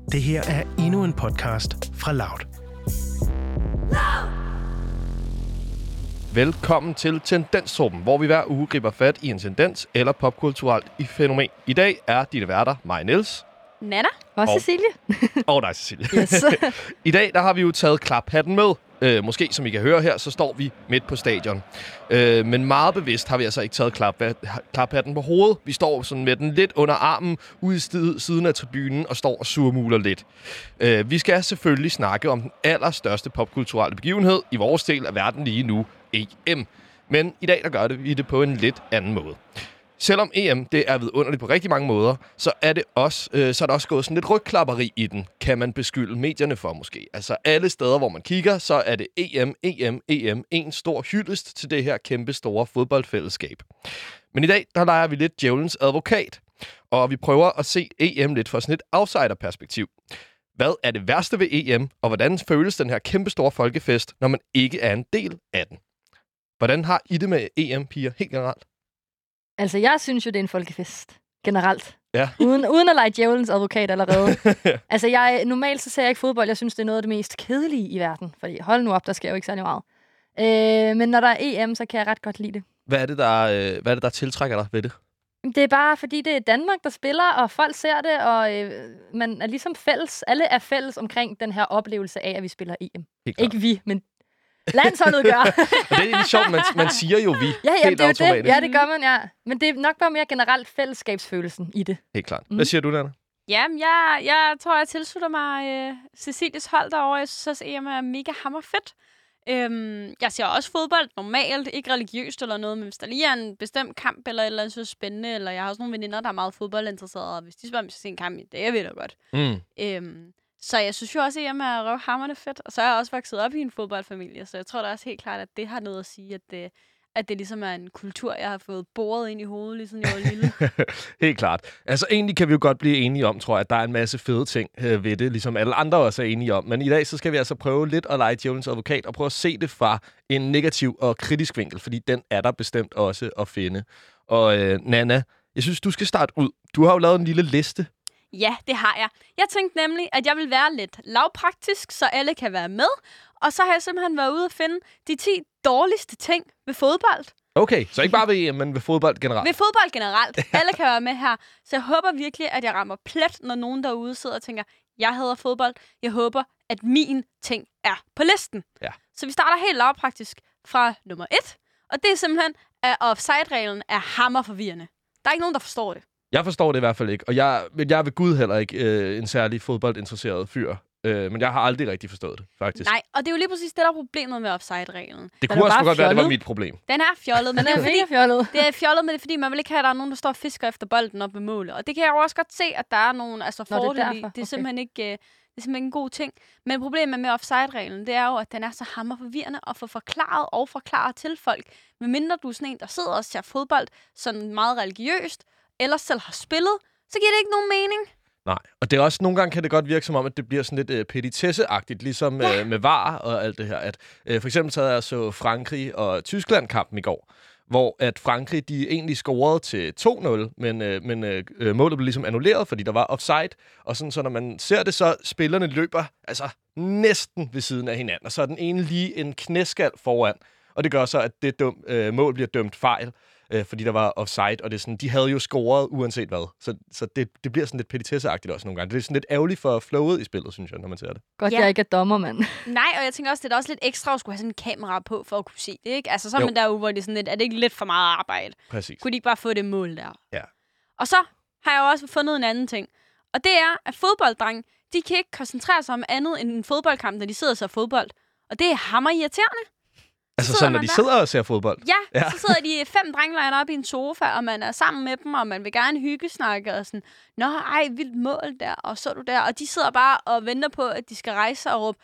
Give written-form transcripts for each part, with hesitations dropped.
Det her er endnu en podcast fra Loud. Velkommen til Tendensgruppen, hvor vi hver uge griber fat i en tendens eller popkulturelt i fænomen. I dag er dine værter mig, Niels. Nana. Og Cecilie. Og dig, Cecilie. Yes. I dag der har vi jo taget klaphatten med. Måske, som I kan høre her, så står vi midt på stadion. Men meget bevidst har vi altså ikke taget klaphatten på hovedet. Vi står sådan med den lidt under armen, ude i siden af tribunen og står og surmuler lidt. Vi skal selvfølgelig snakke om den allerstørste popkulturelle begivenhed i vores del af verden lige nu, EM. Men i dag der gør vi det på en lidt anden måde. Selvom EM det er vidunderligt på rigtig mange måder, så er det også gået sådan lidt rygklapperi i den, kan man beskylde medierne for måske. Altså alle steder, hvor man kigger, så er det EM, en stor hyldest til det her kæmpe store fodboldfællesskab. Men i dag, der leger vi lidt djævelens advokat, og vi prøver at se EM lidt fra sådan et outsiderperspektiv. Hvad er det værste ved EM, og hvordan føles den her kæmpe store folkefest, når man ikke er en del af den? Hvordan har I det med EM, piger, helt generelt? Altså, jeg synes jo, det er en folkefest. Generelt. Ja. Uden at lege djævelens advokat allerede. Altså, normalt så ser jeg ikke fodbold. Jeg synes, det er noget af det mest kedelige i verden. Fordi hold nu op, der sker jo ikke særlig meget. Men når der er EM, så kan jeg ret godt lide det. Hvad er det, der tiltrækker dig ved det? Det er bare, fordi det er Danmark, der spiller, og folk ser det, og man er ligesom fælles. Alle er fælles omkring den her oplevelse af, at vi spiller EM. Ikke vi, men landsholdet gør. Og det er egentlig sjovt, man siger jo vi. Ja, helt det er automatisk. det. Ja, det gør man, ja. Men det er nok bare mere generelt fællesskabsfølelsen i det. Helt klart. Hvad siger du, Nana? Jamen, jeg tror, jeg tilslutter mig Cecilies hold derovre. Jeg synes også, EM er mega hammerfedt. Jeg ser også fodbold normalt, ikke religiøst eller noget, men hvis der lige er en bestemt kamp eller et eller andet, så spændende, eller jeg har også nogle veninder, der er meget fodboldinteresserede, og hvis de spørger, om jeg skal se en kamp, det er da godt. Så jeg synes jo også, at EM er røvhamrende fedt, og så er jeg også vokset op i en fodboldfamilie, så jeg tror da også helt klart, at det har noget at sige, at det ligesom er en kultur, jeg har fået boret ind i hovedet, ligesom jeg var lille. Helt klart. Altså egentlig kan vi jo godt blive enige om, tror jeg, at der er en masse fede ting ved det, ligesom alle andre også er enige om. Men i dag så skal vi altså prøve lidt at lege djævelens advokat og prøve at se det fra en negativ og kritisk vinkel, fordi den er der bestemt også at finde. Og Nana, jeg synes, du skal starte ud. Du har jo lavet en lille liste. Ja, det har jeg. Jeg tænkte nemlig, at jeg vil være lidt lavpraktisk, så alle kan være med. Og så har jeg simpelthen været ude og finde de 10 dårligste ting ved fodbold. Okay, så ikke bare ved EM, men ved fodbold generelt. Ved fodbold generelt. Alle kan være med her. Så jeg håber virkelig, at jeg rammer plet, når nogen derude sidder og tænker, jeg hader fodbold. Jeg håber, at min ting er på listen. Ja. Så vi starter helt lavpraktisk fra nummer 1. Og det er simpelthen, at offside-reglen er hammerforvirrende. Der er ikke nogen, der forstår det. Jeg forstår det i hvert fald ikke, og jeg er ved Gud heller ikke en særlig fodboldinteresseret fyr. Men jeg har aldrig rigtig forstået det, faktisk. Nej, og det er jo lige præcis det, der er problemet med offside-reglen. Det kunne også godt være, det var mit problem. Den er fjollet, men det er mega fjollet. Det er fjollet, men det er fordi, man vil ikke have, at der er nogen, der står og fisker efter bolden op ved målet. Og det kan jeg jo også godt se, at der er nogle fordele i. Det er simpelthen ikke... Det er simpelthen en god ting. Men problemet med offside-reglen, det er jo, at den er så hammerforvirrende at få forklaret til folk. Medmindre du er sådan en, der sidder og ser fodbold sådan meget religiøst, eller selv har spillet, så giver det ikke nogen mening. Nej, og det er også nogle gange kan det godt virke som om, at det bliver sådan lidt petitesseagtigt, ligesom med VAR og alt det her. At, for eksempel så jeg så Frankrig og Tyskland-kampen i går, hvor at Frankrig de egentlig scorede til 2-0, men målet blev ligesom annulleret, fordi der var offside. Og sådan, så når man ser det, så spillerne løber altså næsten ved siden af hinanden, og så er den ene lige en knæskal foran. Og det gør så, at det mål bliver dømt fejl, fordi der var offside, og det er sådan, de havde jo scoret uanset hvad. Så det bliver sådan lidt petitesseagtigt også nogle gange. Det er sådan lidt ærgerligt for flowet i spillet, synes jeg, når man ser det. Godt, jeg ikke er dommer, mand. Nej, og jeg tænker også, det er også lidt ekstra at skulle have sådan en kamera på, for at kunne se det, ikke? Altså så er man derude, hvor det er sådan lidt, er det ikke lidt for meget arbejde? Præcis. Kunne de ikke bare få det mål der? Ja. Og så har jeg jo også fundet en anden ting. Og det er, at fodbolddrenge, de kan ikke koncentrere sig om andet end en fodboldkamp, når de sidder og ser fodbold. Og det er hammerirriterende. Altså så når de sidder og ser fodbold? Ja, så sidder de 5 drengelejer op i en sofa, og man er sammen med dem, og man vil gerne hyggesnakke, og sådan, nå, ej, vildt mål der, og så du der. Og de sidder bare og venter på, at de skal rejse sig og råbe,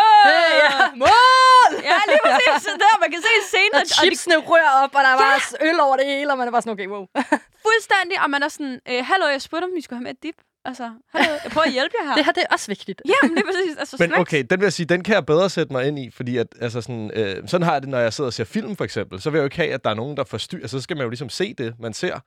mål! Ja, lige præcis. Så der, man kan se scenen. Og chipsene rører op, og der er bare øl over det hele, og man er bare sådan, okay, wow. Fuldstændig, og man er sådan, hallo, jeg spurgte, om vi skulle have med et dip. Altså, jeg prøver at hjælpe jer her. Det her, det er også vigtigt. Ja, men det er præcis. Altså, men okay, den vil jeg sige, den kan jeg bedre sætte mig ind i, fordi at, altså sådan har jeg det, når jeg sidder og ser film, for eksempel. Så vil jeg jo ikke have, at der er nogen, der forstyrrer. Så skal man jo ligesom se det, man ser.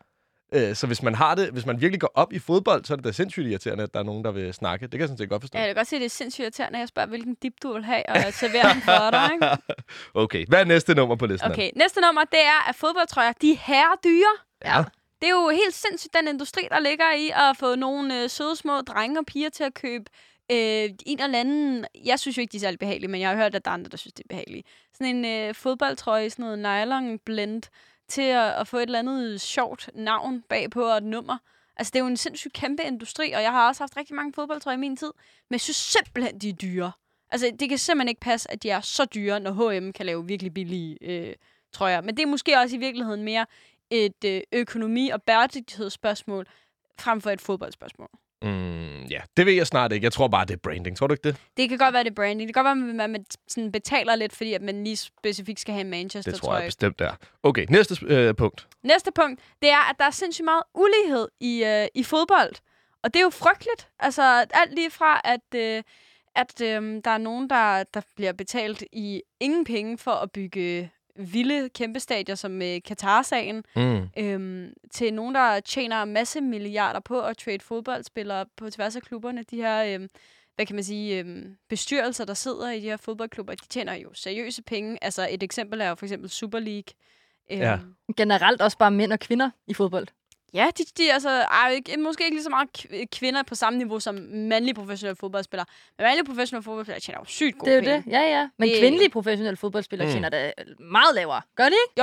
Så hvis man virkelig går op i fodbold, så er det da sindssygt irriterende, at der er nogen, der vil snakke. Det kan jeg sådan set godt forstå. Ja, jeg kan godt se, at det er sindssygt irriterende, at jeg spørger, hvilken dip du vil have, og jeg serverer den for dig, ikke? Okay, hvad er næste nummer på listen? Okay, næste nummer, det er, at fodboldtrøjer, de er herredyre. Ja. Det er jo helt sindssygt, den industri, der ligger i at få nogle søde små drenge og piger til at købe en eller anden... Jeg synes jo ikke, de er særlig behagelige, men jeg har hørt, at der er andre, der synes, det er behagelige. Sådan en fodboldtrøje, sådan noget nylon blend, til at få et eller andet sjovt navn bagpå og et nummer. Altså, det er jo en sindssygt kæmpe industri, og jeg har også haft rigtig mange fodboldtrøjer i min tid, men jeg synes simpelthen, de er dyre. Altså, det kan simpelthen ikke passe, at de er så dyre, når H&M kan lave virkelig billige trøjer. Men det er måske også i virkeligheden mere et økonomi- og bæredygtighedsspørgsmål, frem for et fodboldspørgsmål. Ja, det ved jeg snart ikke. Jeg tror bare, det er branding. Tror du ikke det? Det kan godt være, det er branding. Det kan godt være, at man sådan betaler lidt, fordi at man lige specifikt skal have en Manchester-trøje. Det tror jeg bestemt, det er. Okay, næste punkt. Næste punkt, det er, at der er sindssygt meget ulighed i fodbold. Og det er jo frygteligt. Altså, alt lige fra, at der er nogen, der bliver betalt i ingen penge for at bygge vilde kæmpe stadier som Qatar-sagen, til nogen, der tjener masse milliarder på at trade fodboldspillere på tværs af klubberne. De her, hvad kan man sige, bestyrelser, der sidder i de her fodboldklubber, de tjener jo seriøse penge. Altså et eksempel er jo for eksempel Super League. Ja. Generelt også bare mænd og kvinder i fodbold. Ja, de altså, måske ikke lige så meget kvinder på samme niveau som mandlige professionelle fodboldspillere. Men mandlige professionelle fodboldspillere tjener jo sygt gode penge. Det er jo det, ja. Men kvindelige professionelle fodboldspillere tjener da meget lavere. Gør de ikke? Jo.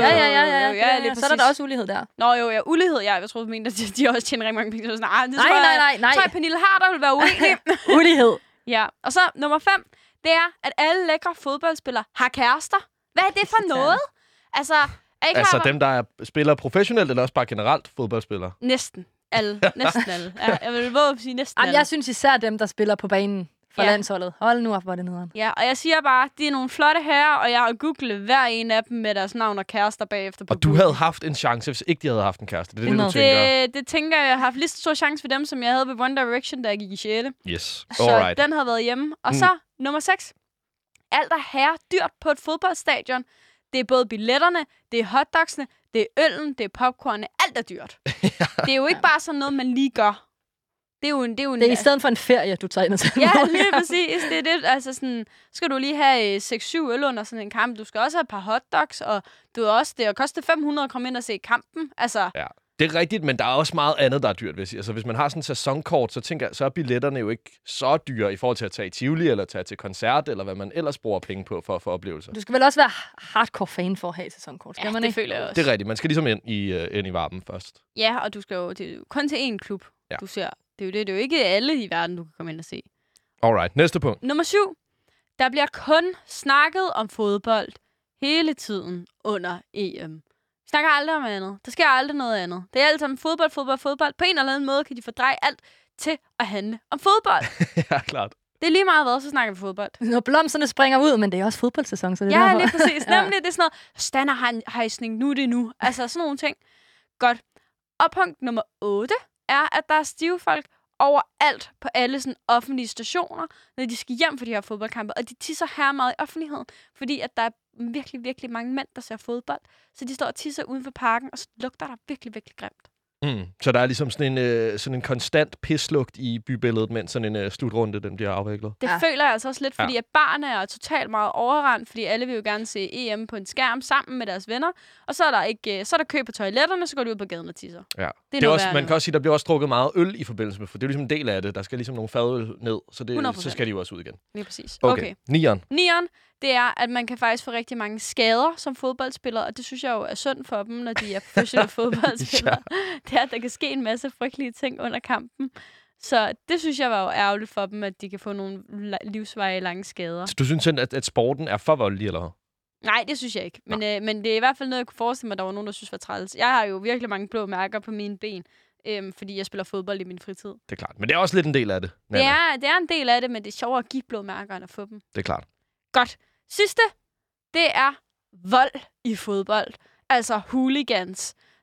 Ja, så er der da også ulighed der. Nå jo, ulighed. Ja, jeg troede, at de også tjener rigtig mange penge. Så sådan, nej. Jeg tror, at Pernille Harder vil være uenig. Ulighed. Ja, og så nummer 5, det er, at alle lækre fodboldspillere har kærester. Hvad er det for noget? Altså dem, der spiller professionelt, eller også bare generelt fodboldspillere? Næsten alle. Ja, jeg vil våge at sige næsten alle. Jeg synes især dem, der spiller på banen for landsholdet. Hold nu op, hvor det nederen. Ja, og jeg siger bare, de er nogle flotte herrer, og jeg har googlet hver en af dem med deres navn og kærester bagefter på Og du havde haft en chance, hvis ikke de havde haft en kæreste. Det er det, du tænker? Det tænker jeg. Jeg har haft lige så stor chance for dem, som jeg havde ved One Direction, da jeg gik i 6. Yes, alright. Så den har været hjemme. Og så nummer 6. Alt er herredyrt på et fodboldstadion. Det er både billetterne, det er hotdogsene, det er øllen, det er popcornene. Alt er dyrt. Det er jo ikke bare sådan noget, man lige gør. Det er i stedet for en ferie, du tager ind og tager. Ja, lige præcis. Det er det. Altså sådan, skal du lige have 6-7 øl under sådan en kamp. Du skal også have et par hotdogs, og det har kostet 500 at komme ind og se kampen. Altså, ja. Det er rigtigt, men der er også meget andet, der er dyrt, vil jeg sige. Altså, hvis man har sådan en sæsonkort, så tænker jeg, så er billetterne jo ikke så dyre i forhold til at tage i Tivoli, eller tage til koncert, eller hvad man ellers bruger penge på for at få oplevelser. Du skal vel også være hardcore fan for at have et sæsonkort, skal man det ikke? føler jeg også. Det er rigtigt. Man skal ligesom ind i varmen først. Ja, og det er jo kun til én klub, du ser. Det er jo ikke alle i verden, du kan komme ind og se. Alright, næste punkt. Nummer 7. Der bliver kun snakket om fodbold hele tiden under EM. Vi snakker aldrig om andet. Der sker aldrig noget andet. Det er alt sammen fodbold. På en eller anden måde kan de fordreje alt til at handle om fodbold. Ja, klart. Det er lige meget hvad, så snakker vi fodbold. Når blomsterne springer ud, men det er også fodboldsæson, så det er ja, derfor. lige præcis. Nemlig, det er sådan noget standardhejsning, nu er det nu. Altså sådan nogle ting. Godt. Og punkt nummer 8 er, at der er stive folk overalt på alle sådan offentlige stationer, når de skal hjem for de her fodboldkampe. Og de tisser her meget i offentligheden, fordi at der er virkelig, virkelig mange mænd, der ser fodbold. Så de står og tisser uden for parken, og så lugter der virkelig, virkelig grimt. Så der er ligesom sådan en konstant pislugt i bybilledet, mens sådan en slutrunde, den bliver afviklet. Det føler jeg altså også lidt, fordi at barne er totalt meget overrendt, fordi alle vil jo gerne se EM på en skærm sammen med deres venner, og så er der kø på toiletterne, så går de ud på gaden og tisser. Ja. Det er også, man kan også sige, der bliver også drukket meget øl i forbindelse med, for det er ligesom en del af det. Der skal ligesom nogle fadøl ned, så skal de jo også ud igen. Lige præcis. Okay. Nieren. Det er, at man kan faktisk få rigtig mange skader som fodboldspiller, og det synes jeg jo er synd for dem, når de er professionelle fodboldspillere. Det er, at der kan ske en masse frygtelige ting under kampen. Så det synes jeg var jo ærgerligt for dem, at de kan få nogle livsvarige lange skader. Så du synes, at sporten er for voldelig, eller hvad? Nej, det synes jeg ikke. Men det er i hvert fald noget, jeg kunne forestille mig, at der var nogen, der synes var træls. Jeg har jo virkelig mange blå mærker på mine ben, fordi jeg spiller fodbold i min fritid. Det er klart. Men det er også lidt en del af det. Det er en del af det, men det er sjovere at give blå mærker, end at få dem. Det er klart. Godt. Sidste, det er vold i fodbold. Altså hooligans.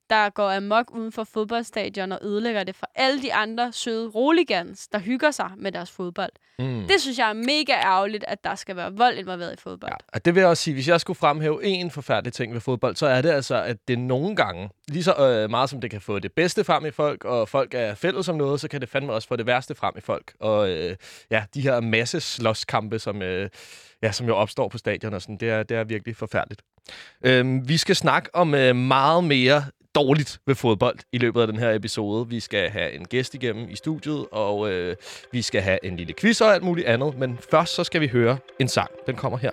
der går amok uden for fodboldstadion og ødelægger det for alle de andre søde roligans, der hygger sig med deres fodbold. Det synes jeg er mega ærgerligt, at der skal være vold involveret i fodbold. Ja, og det vil jeg også sige, hvis jeg skulle fremhæve en forfærdelig ting ved fodbold, så er det altså, at det nogle gange, lige så meget som det kan få det bedste frem i folk, og folk er fælles om noget, så kan det fandme også få det værste frem i folk. Og de her masse slåskampe, som jo opstår på stadion og sådan, det er virkelig forfærdeligt. Vi skal snakke om meget mere dårligt ved fodbold i løbet af den her episode. Vi skal have en gæst igennem i studiet, og vi skal have en lille quiz og alt muligt andet. Men først så skal vi høre en sang. Den kommer her.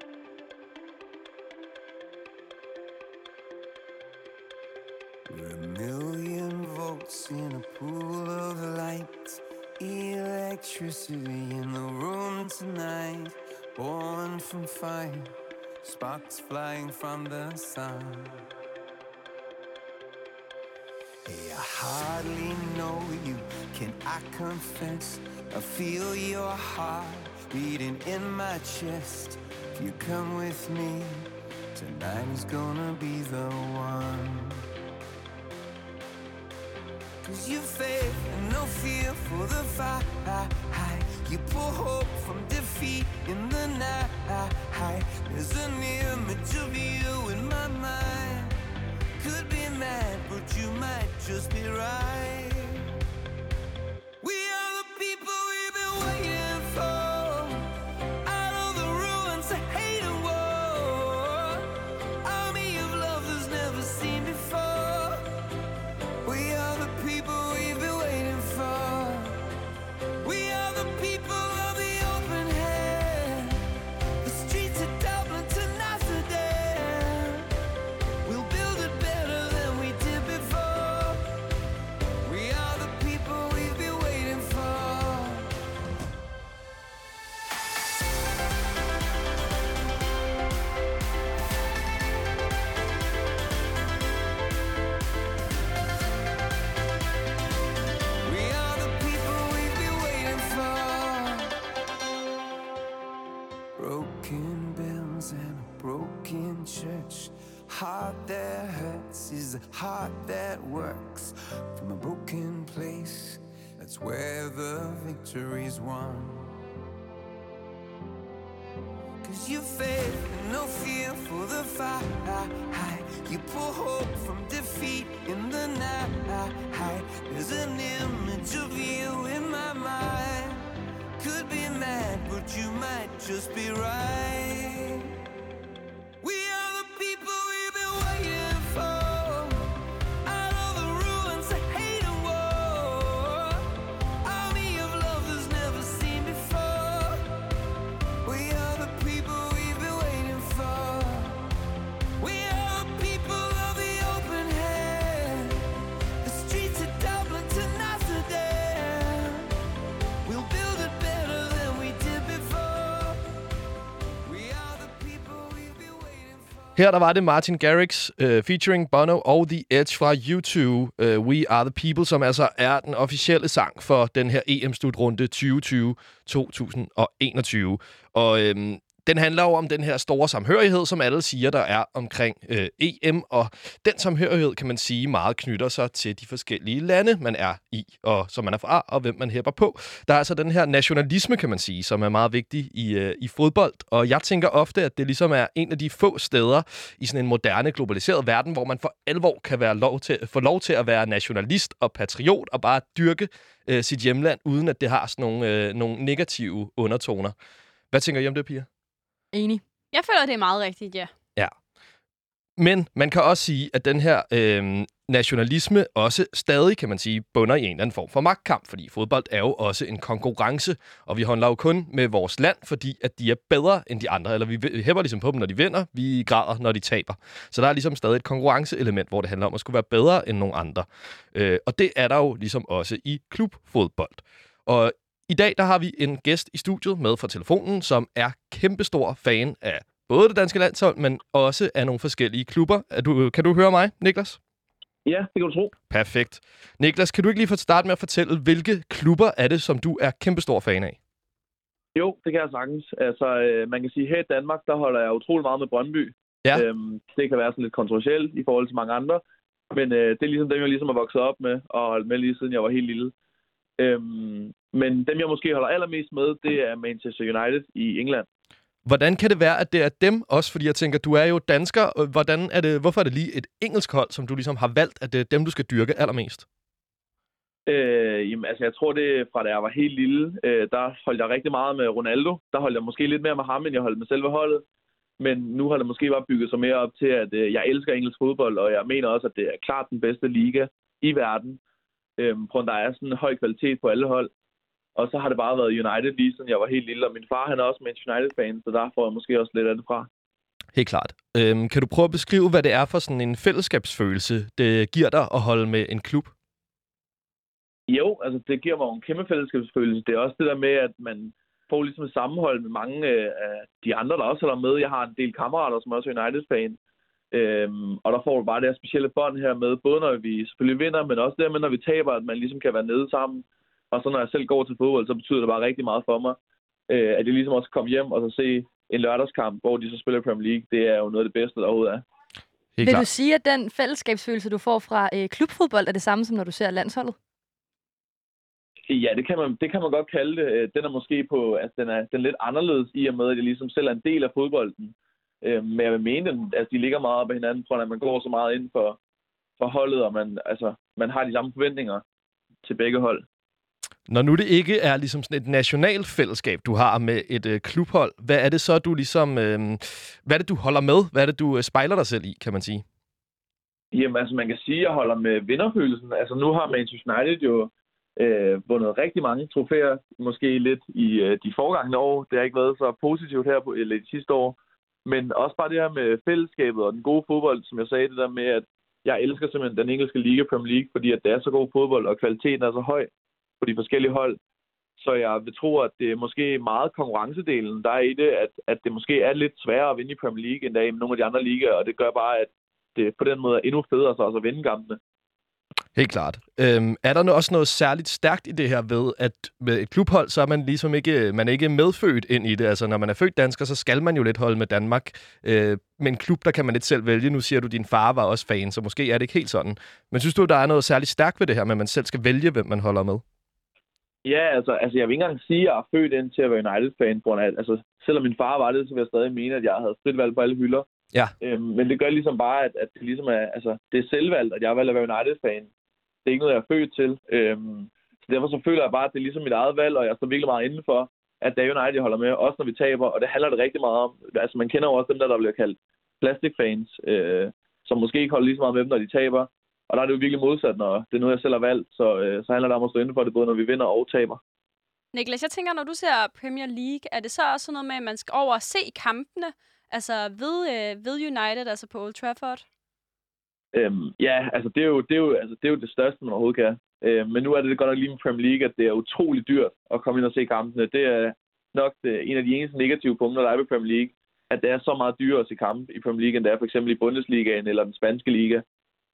We're a million volts in a pool of light, electricity in the room tonight, born from fire, sparks flying from the sun. Hey, I hardly know you, can I confess? I feel your heart beating in my chest. If you come with me, tonight is gonna be the one. 'Cause you faith and no fear for the fight. You pull hope from defeat in the night. There's an image of you in my mind. Could be mad, but you might just be right. We are the people we've been waiting for. Out of the ruins of hate and war, army of love that's never seen before. We are the people we've been waiting for. We are the people of the open hand. The streets of Dublin to Amsterdam. We'll build it better than we did before. We are the people we've been waiting for. We are the people we've been waiting for. Broken bells and a broken church. Heart that hurts is a heart that works. From a broken place, that's where the victory's won. 'Cause you faith and no fear for the fight. You pull hope from defeat in the night. There's an image of you in my mind. Could be mad, but you might just be right. We are the people we've been waiting for. Out of the ruins of hate and war, army of love that's never seen before. We are the people we've been waiting for. We are the people of the open hand. The streets of Dublin to Amsterdam. We'll build it better than we did before. We are the people we've been waiting for. Her der var det Martin Garrix featuring Bono og The Edge fra U2, We Are The People, som altså er den officielle sang for den her EM-slutrunde 2020-2021. Og den handler jo om den her store samhørighed, som alle siger, der er omkring EM. Og den samhørighed, kan man sige, meget knytter sig til de forskellige lande, man er i, og som man er fra, og hvem man hæpper på. Der er altså den her nationalisme, kan man sige, som er meget vigtig i fodbold. Og jeg tænker ofte, at det ligesom er en af de få steder i sådan en moderne, globaliseret verden, hvor man for alvor kan få lov til at være nationalist og patriot, og bare dyrke sit hjemland, uden at det har sådan nogle negative undertoner. Hvad tænker I om det, piger? Enig. Jeg føler, det er meget rigtigt, ja. Ja. Men man kan også sige, at den her nationalisme også stadig, kan man sige, bunder i en eller anden form for magtkamp, fordi fodbold er jo også en konkurrence, og vi håndler jo kun med vores land, fordi at de er bedre end de andre, eller vi hæpper ligesom på dem, når de vinder, vi græder, når de taber. Så der er ligesom stadig et konkurrenceelement, hvor det handler om at skulle være bedre end nogle andre. Og det er der jo ligesom også i klubfodbold. Og i dag der har vi en gæst i studiet med fra telefonen, som er kæmpestor fan af både det danske landshold, men også af nogle forskellige klubber. Kan du høre mig, Niklas? Ja, det kan du tro. Perfekt. Niklas, kan du ikke lige starte med at fortælle, hvilke klubber er det, som du er kæmpestor fan af? Jo, det kan jeg sagtens. Altså, man kan sige, her i Danmark, der holder jeg utrolig meget med Brøndby. Ja. Det kan være sådan lidt kontroversielt i forhold til mange andre. Men det er ligesom dem, jeg ligesom er vokset op med og holdt med lige siden jeg var helt lille. Men dem, jeg måske holder allermest med, det er Manchester United i England. Hvordan kan det være, at det er dem også? Fordi jeg tænker, du er jo dansker. Hvorfor er det lige et engelsk hold, som du ligesom har valgt, at det er dem, du skal dyrke allermest? Jamen, altså, jeg tror, det fra da jeg var helt lille, der holdt jeg rigtig meget med Ronaldo. Der holdt jeg måske lidt mere med ham, end jeg holdt med selve holdet. Men nu har det måske bare bygget sig mere op til, at jeg elsker engelsk fodbold, og jeg mener også, at det er klart den bedste liga i verden. På der er sådan en høj kvalitet på alle hold. Og så har det bare været United lige siden jeg var helt lille, og min far han er også Manchester United-fan, så der får jeg måske også lidt af det fra. Helt klart. Kan du prøve at beskrive, hvad det er for sådan en fællesskabsfølelse, det giver dig at holde med en klub? Jo, altså det giver mig en kæmpe fællesskabsfølelse. Det er også det der med, at man får ligesom et sammenhold med mange af de andre, der også holder med. Jeg har en del kammerater, som også er United-fan. Og der får du bare det her specielle bånd her med, både når vi selvfølgelig vinder, men også dermed, når vi taber, at man ligesom kan være nede sammen. Og så når jeg selv går til fodbold, så betyder det bare rigtig meget for mig, at jeg ligesom også kan komme hjem og så se en lørdagskamp, hvor de så spiller Premier League. Det er jo noget af det bedste, der overhovedet er. Vil du sige, at den fællesskabsfølelse, du får fra klubfodbold, er det samme, som når du ser landsholdet? Ja, det kan man godt kalde det. Den er måske på, altså den er lidt anderledes i og med, at jeg ligesom selv er en del af fodbolden. Men jeg vil mene, at de ligger meget op ad hinanden, på at man går så meget ind for holdet, og man har de samme forventninger til begge hold. Når nu det ikke er ligesom sådan et nationalt fællesskab, du har med et klubhold, hvad er det så, du ligesom, hvad er det, du holder med? Hvad er det, du spejler dig selv i, kan man sige? Jamen, altså man kan sige, at jeg holder med vinderfølelsen. Altså nu har Manchester United jo vundet rigtig mange trofæer, måske lidt i de forgangne år. Det har ikke været så positivt her eller de sidste år. Men også bare det her med fællesskabet og den gode fodbold, som jeg sagde, det der med, at jeg elsker simpelthen den engelske liga, Premier League, fordi at det er så god fodbold, og kvaliteten er så høj på de forskellige hold. Så jeg vil tro, at det er måske meget konkurrencedelen, der er i det, at det måske er lidt sværere at vinde i Premier League, end der er i nogle af de andre ligaer, og det gør bare, at det på den måde er endnu federe så også at vinde kampene. Helt klart. Er der også noget særligt stærkt i det her ved, at med et klubhold, så er man ligesom ikke medfødt ind i det. Altså, når man er født dansker, så skal man jo lidt holde med Danmark. Med en klub, der kan man lidt selv vælge. Nu siger du, at din far var også fan, så måske er det ikke helt sådan. Men synes du, der er noget særligt stærkt ved det her, med at man selv skal vælge, hvem man holder med? Ja, altså jeg vil ikke engang sige, at jeg er født ind til at være United-fan. Altså, selvom min far var det, så vil jeg stadig mene, at jeg havde frit valg på alle hylder. Ja. Men det gør ligesom bare, at det ligesom er, altså, det er selvvalgt, at jeg valgte at være United-fan. Det er ikke noget, jeg er født til. Så derfor så føler jeg bare, at det er ligesom mit eget valg, og jeg står virkelig meget indenfor, at det er United, jeg holder med, også når vi taber. Og det handler det rigtig meget om. Altså man kender jo også dem, der bliver kaldt plastic-fans, som måske ikke holder lige så meget med dem, når de taber. Og der er det jo virkelig modsat, når det er noget, jeg selv har valgt. Så handler det om at stå inden for det, både når vi vinder og taber. Niklas, jeg tænker, når du ser Premier League, er det så også sådan noget med, at man skal over og se kampene? Altså ved United, altså på Old Trafford? Ja, altså det er jo det største, man overhovedet kan. Men nu er det godt nok lige med Premier League, at det er utrolig dyrt at komme ind og se kampene. Det er nok en af de eneste negative punkter, der er ved Premier League, at det er så meget dyrere at se kampe i Premier League, end det er for eksempel i Bundesligaen eller den spanske liga.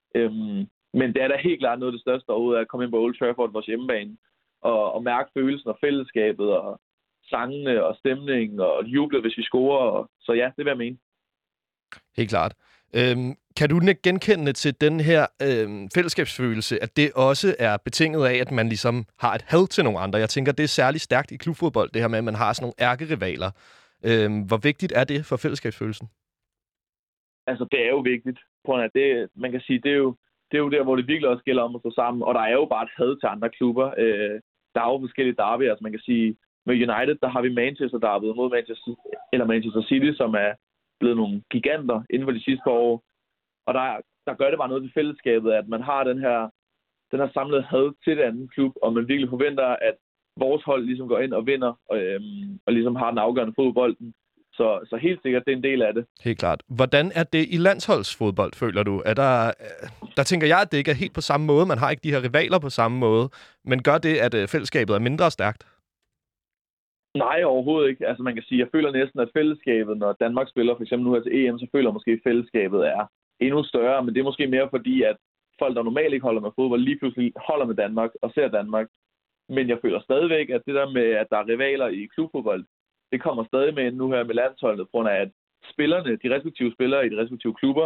Men det er da helt klart noget af det største overhovedet, at komme ind på Old Trafford, vores hjemmebane, og mærke følelsen og fællesskabet og sangene og stemningen og jublet, hvis vi scorer. Så ja, det vil jeg mene. Helt klart. Kan du genkende til den her fællesskabsfølelse, at det også er betinget af, at man ligesom har et had til nogle andre? Jeg tænker, det er særligt stærkt i klubfodbold, det her med, at man har sådan nogle ærkerivaler. Hvor vigtigt er det for fællesskabsfølelsen? Altså, det er jo vigtigt. Det, man kan sige, det er jo der, hvor det virkelig også gælder om at stå sammen. Og der er jo bare et had til andre klubber. Der er jo forskellige derbyer. Altså, man kan sige, med United, der har vi Manchester derbyet mod Manchester City, som er blevet nogle giganter inden for de sidste par år. Og der gør det bare noget til fællesskabet, at man har den her samlede had til den anden klub, og man virkelig forventer, at vores hold ligesom går ind og vinder, og ligesom har den afgørende fodbolden. Så helt sikkert, det er en del af det. Helt klart. Hvordan er det i landsholdsfodbold, føler du? Der tænker jeg, at det ikke er helt på samme måde. Man har ikke de her rivaler på samme måde. Men gør det, at fællesskabet er mindre stærkt? Nej, overhovedet ikke. Altså man kan sige, jeg føler næsten, at fællesskabet, når Danmark spiller for eksempel nu her til EM, så føler jeg måske, at fællesskabet er endnu større. Men det er måske mere fordi, at folk, der normalt ikke holder med fodbold, lige pludselig holder med Danmark og ser Danmark. Men jeg føler stadigvæk, at det der med, at der er rivaler i klubfodbold, det kommer stadig med nu her med landsholdet, på grund af, at spillerne, de respektive spillere i de respektive klubber,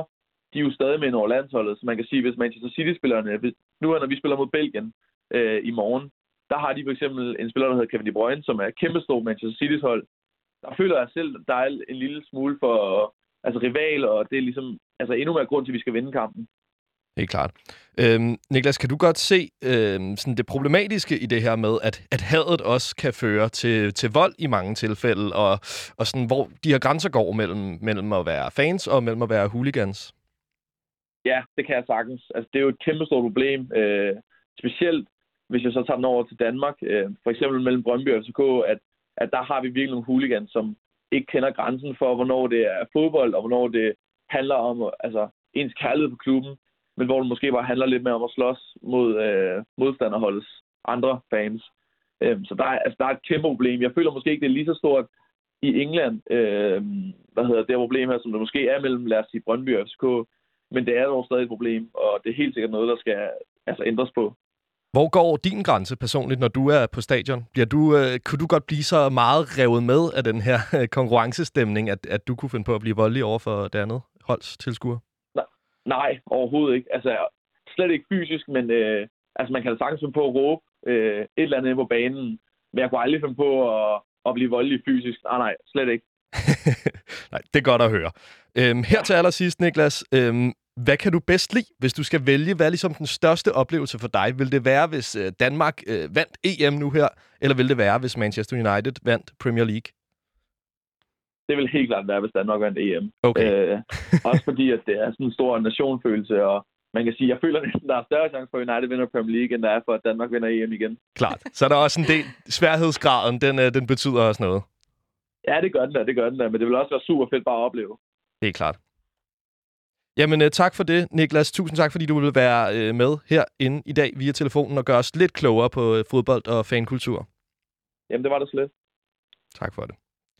de er jo stadig med over landsholdet. Så man kan sige, hvis Manchester City-spillerne, nu når vi spiller mod Belgien i morgen, der har de for eksempel en spiller, der hedder Kevin De Bruyne, som er kæmpestor Manchester City's hold. Der føler jeg selv, der er en lille smule for rival, og det er ligesom endnu mere grund til, at vi skal vinde kampen. Helt klart. Niklas, kan du godt se sådan det problematiske i det her med, at hadet også kan føre til vold i mange tilfælde, og sådan, hvor de her grænser går mellem at være fans og mellem at være hooligans? Ja, det kan jeg sagtens. Altså, det er jo et kæmpestort problem. Specielt, hvis jeg så tager den over til Danmark. For eksempel mellem Brøndby og FCK, at der har vi virkelig nogle hooligans, som ikke kender grænsen for, hvornår det er fodbold, og hvornår det handler om ens kærlighed på klubben, men hvor det måske bare handler lidt mere om at slås mod modstanderholdets andre fans. Så der er et kæmpe problem. Jeg føler måske ikke, det er lige så stort i England, det problem her, som det måske er mellem, lad os sige, Brøndby og FCK, men det er dog stadig et problem, og det er helt sikkert noget, der skal ændres på. Hvor går din grænse personligt, når du er på stadion? Kunne du godt blive så meget revet med af den her konkurrencestemning, at du kunne finde på at blive voldelig over for det andet holds tilskuer? Nej, overhovedet ikke. Slet ikke fysisk, men man kan da sagtens finde på at råbe et eller andet på banen, men jeg kunne aldrig finde på at blive voldelig fysisk. Nej, slet ikke. Nej, det er godt at høre. Her til allersidst, Niklas, hvad kan du bedst lide, hvis du skal vælge? Hvad er ligesom den største oplevelse for dig? Vil det være, hvis Danmark vandt EM nu her, eller vil det være, hvis Manchester United vandt Premier League? Det vil helt klart være, hvis Danmark vandt EM. Okay. Også fordi, at det er sådan en stor nationfølelse, og man kan sige, jeg føler næsten, der er større chance for, at United vinder Premier League, end der er for, at Danmark vinder EM igen. Klart. Så er der også en del sværhedsgraden, den betyder også noget. Ja, det gør den da, men det vil også være super fedt bare at opleve. Helt klart. Jamen, tak for det, Niklas. Tusind tak, fordi du ville være med herinde i dag via telefonen og gøre os lidt klogere på fodbold og fankultur. Jamen, det var da slet. Tak for det.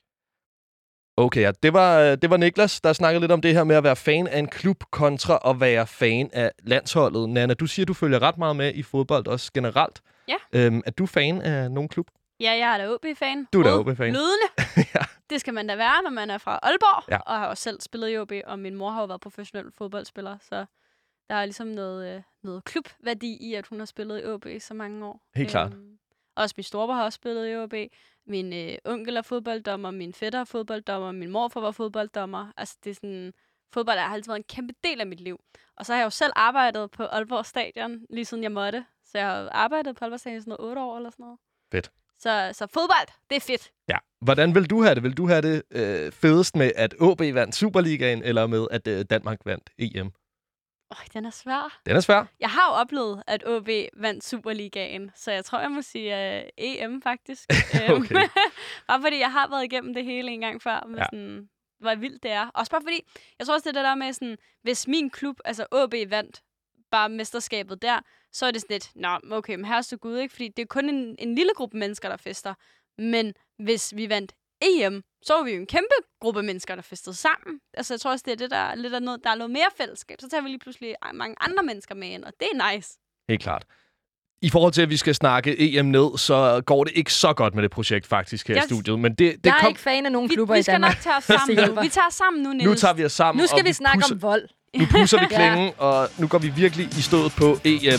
Okay, ja. Det var Niklas, der snakkede lidt om det her med at være fan af en klub kontra at være fan af landsholdet. Nana, du siger, du følger ret meget med i fodbold også generelt. Ja. Er du fan af nogen klub? Ja, jeg er da OB-fan. Du er da OB-fan. Lydende. Ja. Det skal man da være, når man er fra Aalborg. Ja. Og har også selv spillet i OB, og min mor har jo været professionel fodboldspiller, så der er ligesom noget klubværdi i, at hun har spillet i OB i så mange år. Helt klart. Også min storebror har også spillet i OB. Min onkel er fodbolddommer, min fætter er fodbolddommer, min morfar var fodbolddommer. Altså, det er sådan... Fodbold har altid været en kæmpe del af mit liv. Og så har jeg jo selv arbejdet på Aalborg Stadion, lige siden jeg måtte. Så jeg har arbejdet på Aalborg Stadion i sådan 8 år eller sådan noget. Fedt. Så fodbold, det er fedt. Ja. Hvordan vil du have det? Vil du have det fedest med, at OB vandt Superligaen, eller med, at Danmark vandt EM? Den er svær. Den er svær. Jeg har jo oplevet, at OB vandt Superligaen, så jeg tror, jeg må sige EM faktisk. Okay. Bare fordi jeg har været igennem det hele en gang før, med sådan, hvor vildt det er. Også bare fordi, jeg tror også, det er det der med, sådan, hvis min klub, altså OB, vandt bare mesterskabet der, så er det sådan lidt, okay, men herreste Gud, ikke? Fordi det er kun en lille gruppe mennesker, der fester. Men hvis vi vandt EM, så var vi jo en kæmpe gruppe mennesker, der festede sammen. Altså, jeg tror også, det er det, der er noget mere fællesskab. Så tager vi lige pludselig mange andre mennesker med ind, og det er nice. Helt klart. I forhold til, at vi skal snakke EM ned, så går det ikke så godt med det projekt faktisk her i studiet. Men jeg er ikke fan af nogen klubber i Danmark. Vi skal nok tage os sammen nu. Vi tager os sammen nu, Niels. Nu tager vi os sammen. Nu skal vi snakke om vold. Nu pusser vi klingen, og nu går vi virkelig i stået på EM.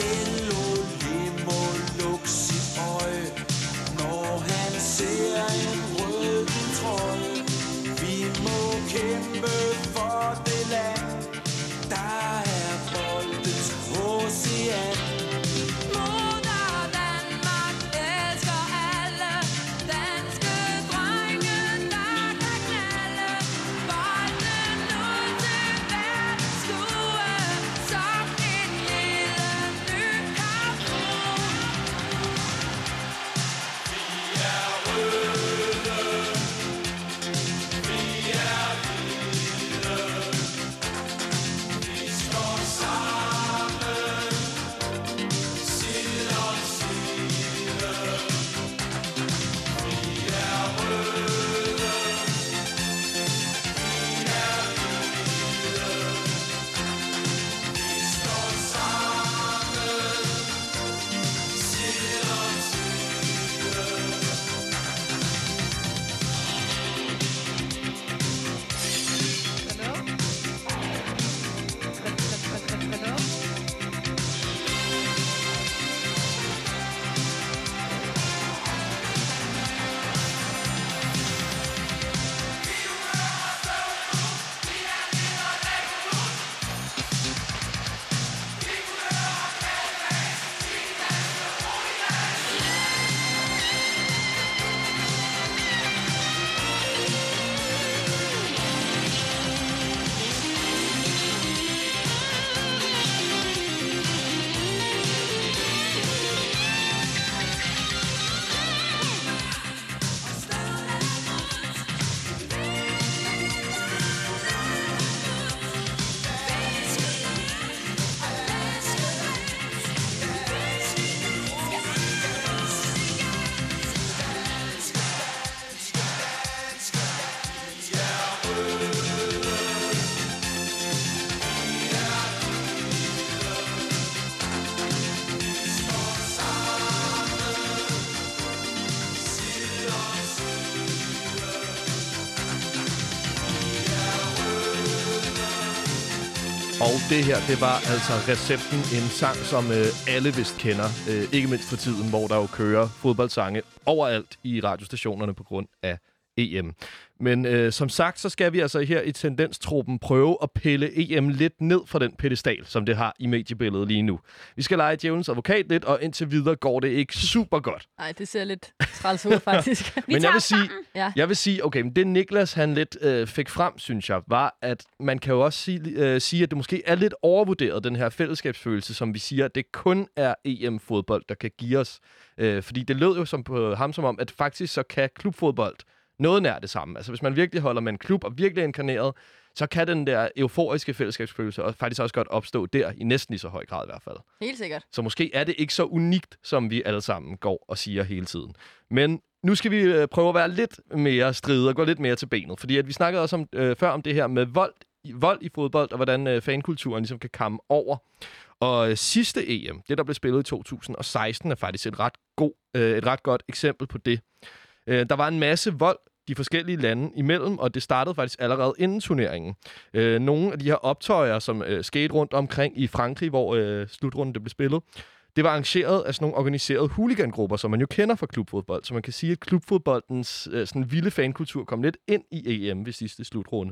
Cello må lukke sit øje, når han ser en rød trøje. Vi må kæmpe for det land, der er boldens ocean. Og det her, det var altså Recepten, en sang, som alle vist kender. Ikke mindst for tiden, hvor der jo kører fodboldsange overalt i radiostationerne på grund af EM. Men som sagt, så skal vi altså her i Tendenstruppen prøve at pille EM lidt ned fra den pedestal, som det har i mediebilledet lige nu. Vi skal lege djævelens advokat lidt, og indtil videre går det ikke super godt. Nej, det ser lidt træls ud, faktisk. Men jeg vil sige, okay, men det Niklas han lidt fik frem, synes jeg, var, at man kan jo også sige, at det måske er lidt overvurderet, den her fællesskabsfølelse, som vi siger, at det kun er EM-fodbold, der kan give os. Fordi det lød jo som på ham som om, at faktisk så kan klubfodbold noget nær det samme. Altså hvis man virkelig holder med en klub og virkelig er inkarneret, så kan den der euforiske fællesskabsfølelse faktisk også godt opstå der, i næsten lige så høj grad i hvert fald. Helt sikkert. Så måske er det ikke så unikt, som vi alle sammen går og siger hele tiden. Men nu skal vi prøve at være lidt mere stride og gå lidt mere til benet. Fordi at vi snakkede også før om det her med vold i fodbold, og hvordan fankulturen ligesom kan komme over. Og sidste EM, det der blev spillet i 2016, er faktisk et ret godt eksempel på det. Der var en masse vold de forskellige lande imellem, og det startede faktisk allerede inden turneringen. Nogle af de her optøjer, som skete rundt omkring i Frankrig, hvor slutrunden det blev spillet, det var arrangeret af sådan nogle organiserede hooligangrupper, som man jo kender fra klubfodbold. Så man kan sige, at klubfodboldens sådan vilde fankultur kom lidt ind i EM ved sidste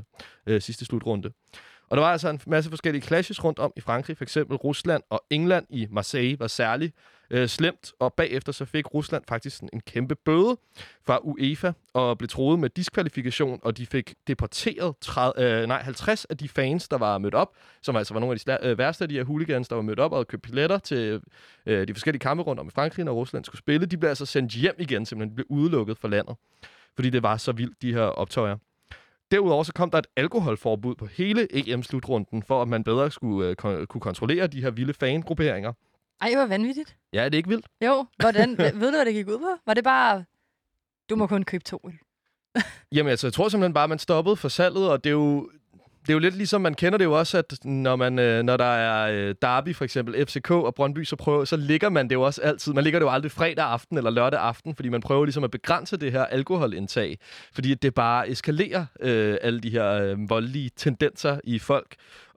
slutrunde. Og der var altså en masse forskellige clashes rundt om i Frankrig. For eksempel Rusland og England i Marseille var særligt slemt. Og bagefter så fik Rusland faktisk en kæmpe bøde fra UEFA og blev truet med diskvalifikation. Og de fik deporteret 50 af de fans, der var mødt op, som altså var nogle af de værste af de her hooligans, der var mødt op og havde købt billetter til de forskellige kampe rundt om i Frankrig, når Rusland skulle spille. De blev altså sendt hjem igen, simpelthen. De blev udelukket fra landet, fordi det var så vildt, de her optøjer. Derudover så kom der et alkoholforbud på hele EM-slutrunden, for at man bedre skulle kunne kontrollere de her vilde fangrupperinger. Ej, hvor vanvittigt. Ja, er det ikke vildt? Jo, hvordan? Ved du, hvad det gik ud på? Var det bare, du må kun købe 2 øl? Jamen altså, jeg tror simpelthen bare, at man stoppede for salget, og det er jo lidt ligesom, man kender det jo også, at når der er derby, for eksempel FCK og Brøndby, så ligger man det jo også altid. Man ligger det jo aldrig fredag aften eller lørdag aften, fordi man prøver ligesom at begrænse det her alkoholindtag, fordi det bare eskalerer alle de her voldelige tendenser i folk.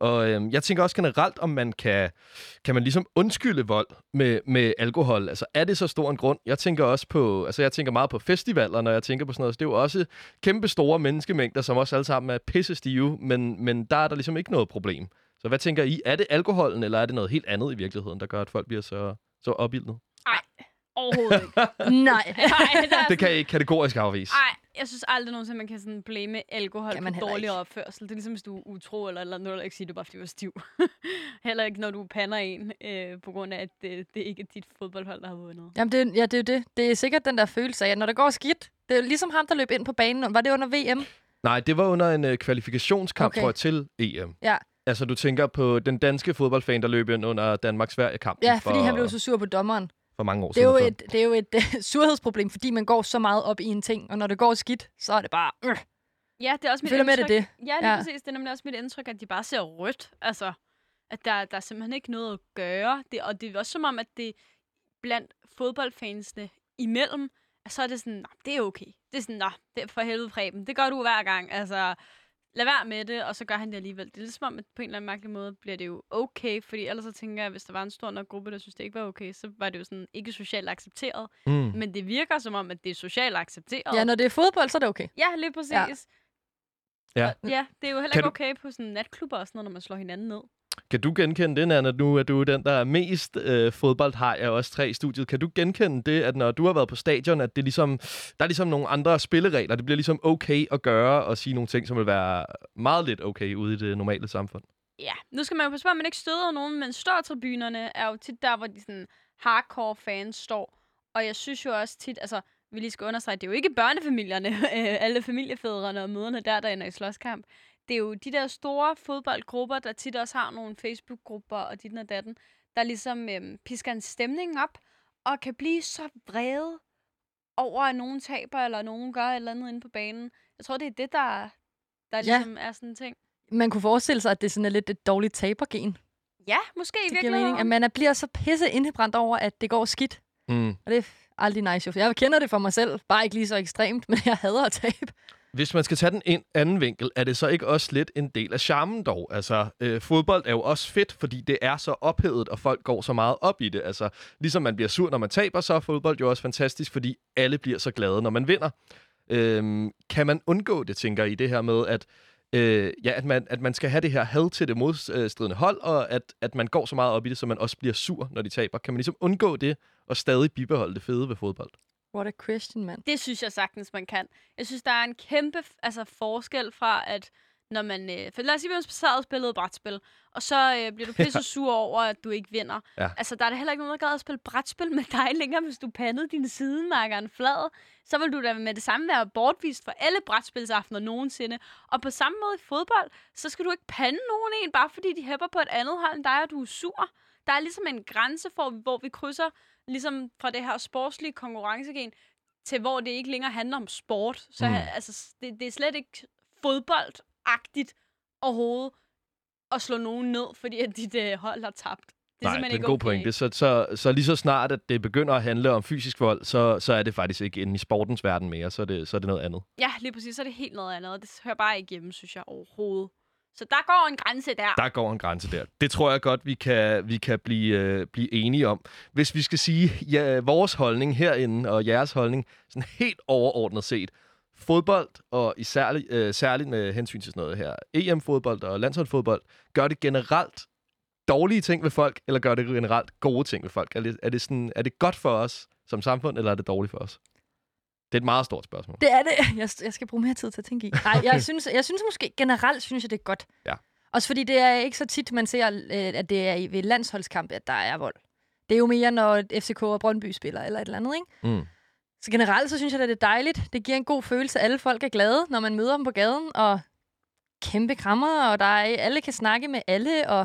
Og jeg tænker også generelt, om man kan man ligesom undskylde vold med alkohol. Altså, er det så stor en grund? Jeg tænker også på, altså jeg tænker meget på festivaler, når jeg tænker på sådan noget. Så det er jo også kæmpe store menneskemængder, som også alle sammen er pissestive, men der er der ligesom ikke noget problem. Så hvad tænker I? Er det alkoholen, eller er det noget helt andet i virkeligheden, der gør, at folk bliver så opildnet? Nej, overhovedet ikke. Nej. Det kan jeg ikke kategorisk afvise. Nej, jeg synes aldrig nogensinde, man kan sådan blame alkohol på dårlig opførsel. Det er ligesom, hvis du er utro eller noget, der ikke siger, du bare fordi du er stiv. Heller ikke, når du pander en, på grund af, at det ikke er dit fodboldhold, der har vundet. Jamen, det er jo det. Det er sikkert den der følelse af, at når det går skidt, det er ligesom ham, der løb ind på banen. Var det under VM? Nej, det var under en kvalifikationskamp, tror jeg, til EM. Ja. Altså, du tænker på den danske fodboldfan, der løb ind under Danmark-Sverige-kampen. Ja, fordi han blev så sur på dommeren. For mange år siden. Det er jo et surhedsproblem, fordi man går så meget op i en ting, og når det går skidt, så er det bare... Ja, det er også mit indtryk. Med det. Ja, lige præcis. Det er nemlig også mit indtryk, at de bare ser rødt. Altså, at der er simpelthen ikke noget at gøre. Og det er også som om, at det blandt fodboldfansene imellem, så er det sådan, det er okay. Det er sådan, det er for helvede Preben. Det gør du hver gang. Altså, lad være med det, og så gør han det alligevel. Det er lidt som om, at på en eller anden mærkelig måde bliver det jo okay, fordi ellers så tænker jeg, at hvis der var en stor nok gruppe, der synes, det ikke var okay, så var det jo sådan ikke socialt accepteret. Men det virker som om, at det er socialt accepteret. Ja, når det er fodbold, så er det okay. Ja, lige præcis. Ja. Ja, det er jo heller ikke okay på sådan natklubber og sådan noget, når man slår hinanden ned. Kan du genkende det, Nana? Nu er du den, der er mest fodboldhaj af os tre i studiet. Kan du genkende det, at når du har været på stadion, at det ligesom, der er ligesom nogle andre spilleregler? Det bliver ligesom okay at gøre og sige nogle ting, som vil være meget lidt okay ude i det normale samfund. Ja, nu skal man jo passe på, at man ikke støder nogen, men størtribunerne er jo tit der, hvor de sådan hardcore fans står. Og jeg synes jo også tit, altså vi lige skal understrege, det er jo ikke børnefamilierne, alle familiefædrene og mødrene der ender i slåskamp. Det er jo de der store fodboldgrupper, der tit også har nogle Facebook-grupper og dit og datten, der ligesom pisker en stemning op, og kan blive så vrede over, at nogen taber, eller nogen gør et eller andet inde på banen. Jeg tror, det er det, der ligesom er sådan en ting. Man kunne forestille sig, at det sådan er lidt et dårligt tabergen. Ja, måske i virkeligheden. At man bliver så pisse indebrændt over, at det går skidt. Og det er aldrig nice. Jeg kender det for mig selv, bare ikke lige så ekstremt, men jeg hader at tabe. Hvis man skal tage den anden vinkel, er det så ikke også lidt en del af charmen dog? Altså, fodbold er jo også fedt, fordi det er så ophedet, og folk går så meget op i det. Altså, ligesom man bliver sur, når man taber, så er fodbold jo også fantastisk, fordi alle bliver så glade, når man vinder. Kan man undgå det, tænker I, det her med, at man skal have det her had til det modstridende hold, og at man går så meget op i det, så man også bliver sur, når de taber? Kan man ligesom undgå det, og stadig bibeholde det fede ved fodbold? What a question, mand. Det synes jeg sagtens, man kan. Jeg synes, der er en kæmpe forskel fra, at når man... for lad os sige, at man spillede brætspil, og så bliver du pisse sur over, at du ikke vinder. Ja. Altså, der er da heller ikke nogen, der gad at spille brætspil med dig længere, hvis du pandede dine sidemarkeren flad. Så vil du da med det samme være bortvist for alle brætspilsaftener nogensinde. Og på samme måde i fodbold, så skal du ikke pande nogen en, bare fordi de hæpper på et andet hold end dig, og du er sur. Der er ligesom en grænse for, hvor vi krydser ligesom fra det her sportslige konkurrencegen til hvor det ikke længere handler om sport. Så altså, det er slet ikke fodboldagtigt overhovedet at slå nogen ned, fordi at dit hold har tabt. Det er en god pointe. Så lige så snart, at det begynder at handle om fysisk vold, så er det faktisk ikke inde i sportens verden mere. Så er det noget andet. Ja, lige præcis. Så er det helt noget andet. Det hører bare ikke hjemme, synes jeg, overhovedet. Så der går en grænse der. Der går en grænse der. Det tror jeg godt, vi kan blive enige om. Hvis vi skal sige vores holdning herinde, og jeres holdning, sådan helt overordnet set. Fodbold, og særligt med hensyn til sådan noget her, EM-fodbold og landsholdsfodbold, gør det generelt dårlige ting ved folk, eller gør det generelt gode ting ved folk? Er det godt for os som samfund, eller er det dårligt for os? Det er et meget stort spørgsmål. Det er det. Jeg skal bruge mere tid til at tænke i. Nej, jeg synes måske generelt, synes jeg, det er godt. Ja. Også fordi det er ikke så tit, man ser, at det er ved landsholdskamp, at der er vold. Det er jo mere, når FCK og Brøndby spiller, eller et eller andet, ikke? Så generelt, så synes jeg, at det er dejligt. Det giver en god følelse. Alle folk er glade, når man møder dem på gaden, og kæmpe krammer, og alle kan snakke med alle, og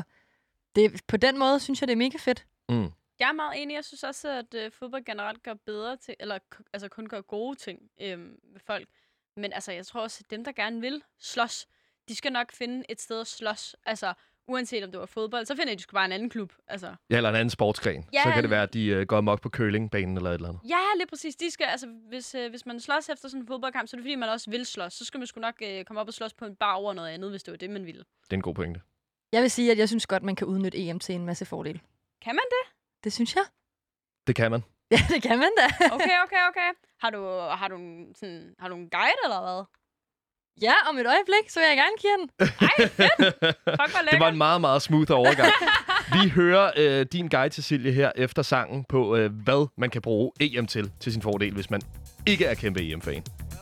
på den måde, synes jeg, det er mega fedt. Jeg er meget enig. Jeg synes også, at fodbold generelt gør bedre til, eller altså kun gør gode ting med folk. Men altså, jeg tror også, at dem, der gerne vil slås, de skal nok finde et sted at slås. Altså, uanset om det var fodbold, så finder de sgu bare en anden klub. Altså. Ja, eller en anden sportsgren. Ja, så kan det være, at de går amok på curlingbanen eller et eller andet. Ja, lige præcis. De skal, altså, hvis man slås efter sådan en fodboldkamp, så er det fordi, man også vil slås. Så skal man sgu nok komme op og slås på en bar over noget andet, hvis det var det, man ville. Det er en god pointe. Jeg vil sige, at jeg synes godt, man kan udnytte EM til en masse fordele. Kan man det? Det synes jeg. Det kan man. Ja, det kan man da. Okay. Har du en guide, eller hvad? Ja, om et øjeblik, så vil jeg gerne give den. Ej, fedt! Fuck, hvor lækkert. Det var en meget, meget smooth overgang. Vi hører din guide, Cecilie, her efter sangen på, hvad man kan bruge EM til sin fordel, hvis man ikke er kæmpe EM-fan.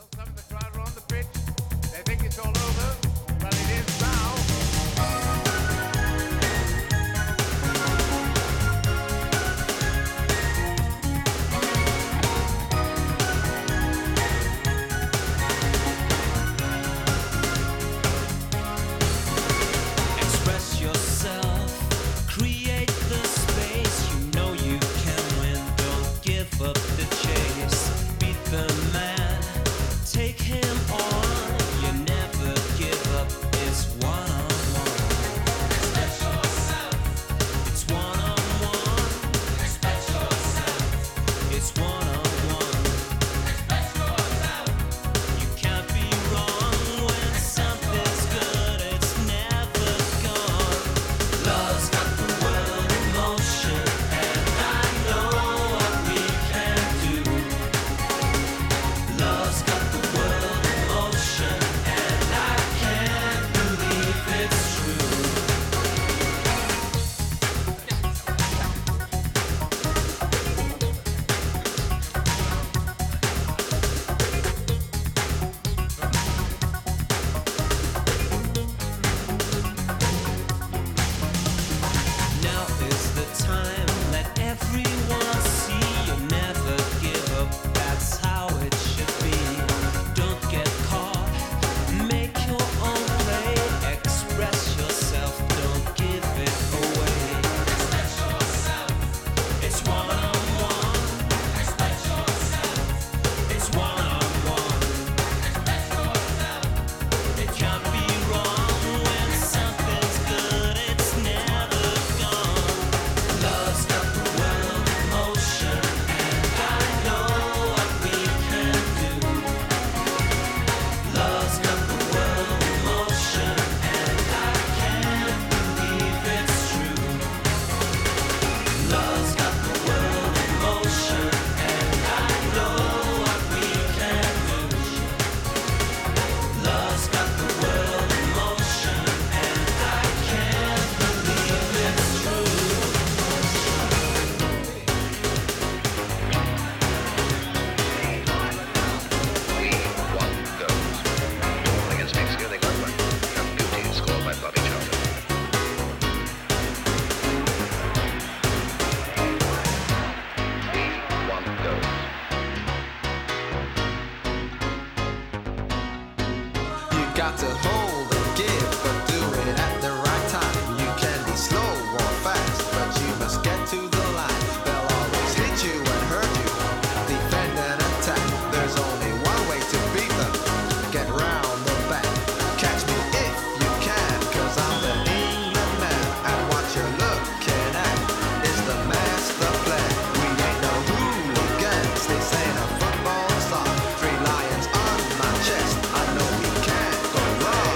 got to hold and give, but do it at the right time. You can be slow or fast, but you must get to the line. They'll always hit you and hurt you, defend and attack. There's only one way to beat them, get round the back. Catch me if you can, cause I'm the England man. And what you're looking at is the master plan. We ain't no hooligans, this ain't a football song. 3 lions on my chest, I know we can't go wrong.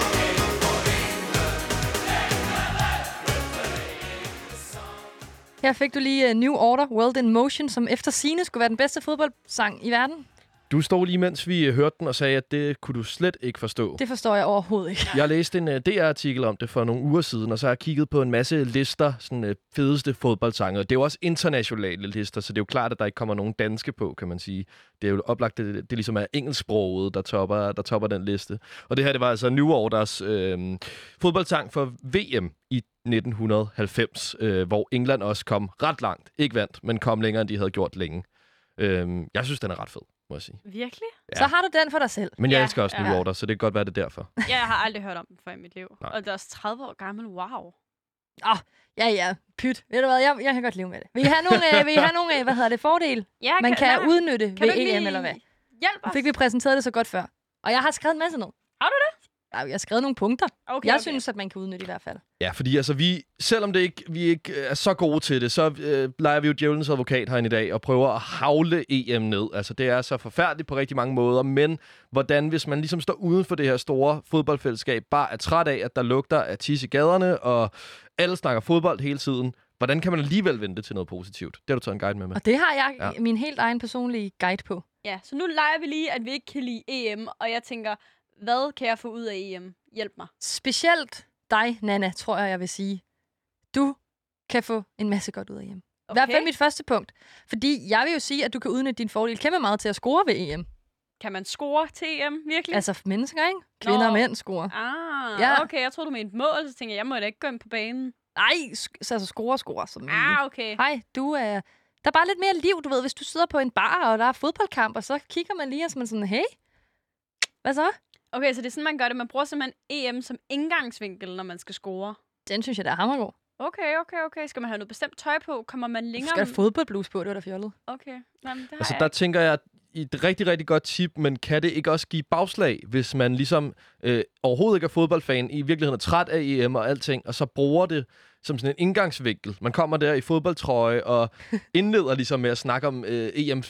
Her fik du lige New Order, World in Motion, som efter sigende skulle være den bedste fodboldsang i verden. Du stod lige, mens vi hørte den, og sagde, at det kunne du slet ikke forstå. Det forstår jeg overhovedet ikke. Jeg læste en DR-artikel om det for nogle uger siden, og så har jeg kigget på en masse lister, sådan fedeste fodboldsange. Det er jo også internationale lister, så det er jo klart, at der ikke kommer nogen danske på, kan man sige. Det er jo oplagt, det ligesom er engelsksproget, der topper den liste. Og det her, det var altså New Orders fodboldsang for VM i 1990, hvor England også kom ret langt. Ikke vandt, men kom længere, end de havde gjort længe. Jeg synes, den er ret fed, må jeg sige. Virkelig? Ja. Så har du den for dig selv. Men jeg Ja, elsker også New Order, så det kan godt være det derfor. Ja, jeg har aldrig hørt om den før i mit liv. Nej. Og det er også 30 år gammel. Wow. Ja, pyt. Ved du hvad, jeg kan godt leve med det. Vil I have nogle, fordele? Ja, Man kan udnytte kan ved du ikke EM lige eller hvad? Hjælp Nu os. fik vi præsenteret det så godt før. Og jeg har skrevet en masse ned. Har du det? Jeg har skrevet nogle punkter. Okay, Jeg synes, at man kan udnytte i hvert fald. Ja, fordi altså selvom vi ikke er så gode til det, så leger vi jo djævelens advokat herinde i dag og prøver at havle EM ned. Altså det er så forfærdeligt på rigtig mange måder, men hvordan, hvis man ligesom står uden for det her store fodboldfællesskab, bare er træt af, at der lugter af tis i gaderne, og alle snakker fodbold hele tiden, hvordan kan man alligevel vende det til noget positivt? Det har du taget en guide med. Og det har jeg min helt egen personlige guide på. Ja, så nu leger vi lige, at vi ikke kan lide EM, og jeg tænker, hvad kan jeg få ud af EM? Hjælp mig. Specielt dig, Nana, tror jeg vil sige. Du kan få en masse godt ud af EM. I hvert fald mit første punkt. Fordi jeg vil jo sige, at du kan udnytte din fordel kæmpe meget til at score ved EM. Kan man score til EM, virkelig? Altså mennesker, ikke? Kvinder og mænd scorer. Ja. Okay, jeg troede, du mente mål, så tænkte jeg må da ikke gå ind på banen. Nej, så altså score. Som okay. Hej, du er... Der er bare lidt mere liv, du ved. Hvis du sidder på en bar, og der er fodboldkamp, og så kigger man lige, og så man sådan, hey, hvad så? Okay, så det er sådan, man gør det. Man bruger simpelthen EM som indgangsvinkel, når man skal score. Den synes jeg, der er hammergod. Okay. Skal man have noget bestemt tøj på? Kommer man længere? Du skal have fodboldblus på, det var da fjollet. Okay. Jamen, det har altså, jeg der ikke. tænker jeg, et rigtig, rigtig godt tip, men kan det ikke også give bagslag, hvis man ligesom overhovedet ikke er fodboldfan, i virkeligheden er træt af EM og alting, og så bruger det som sådan en indgangsvinkel. Man kommer der i fodboldtrøje og indleder ligesom med at snakke om EM.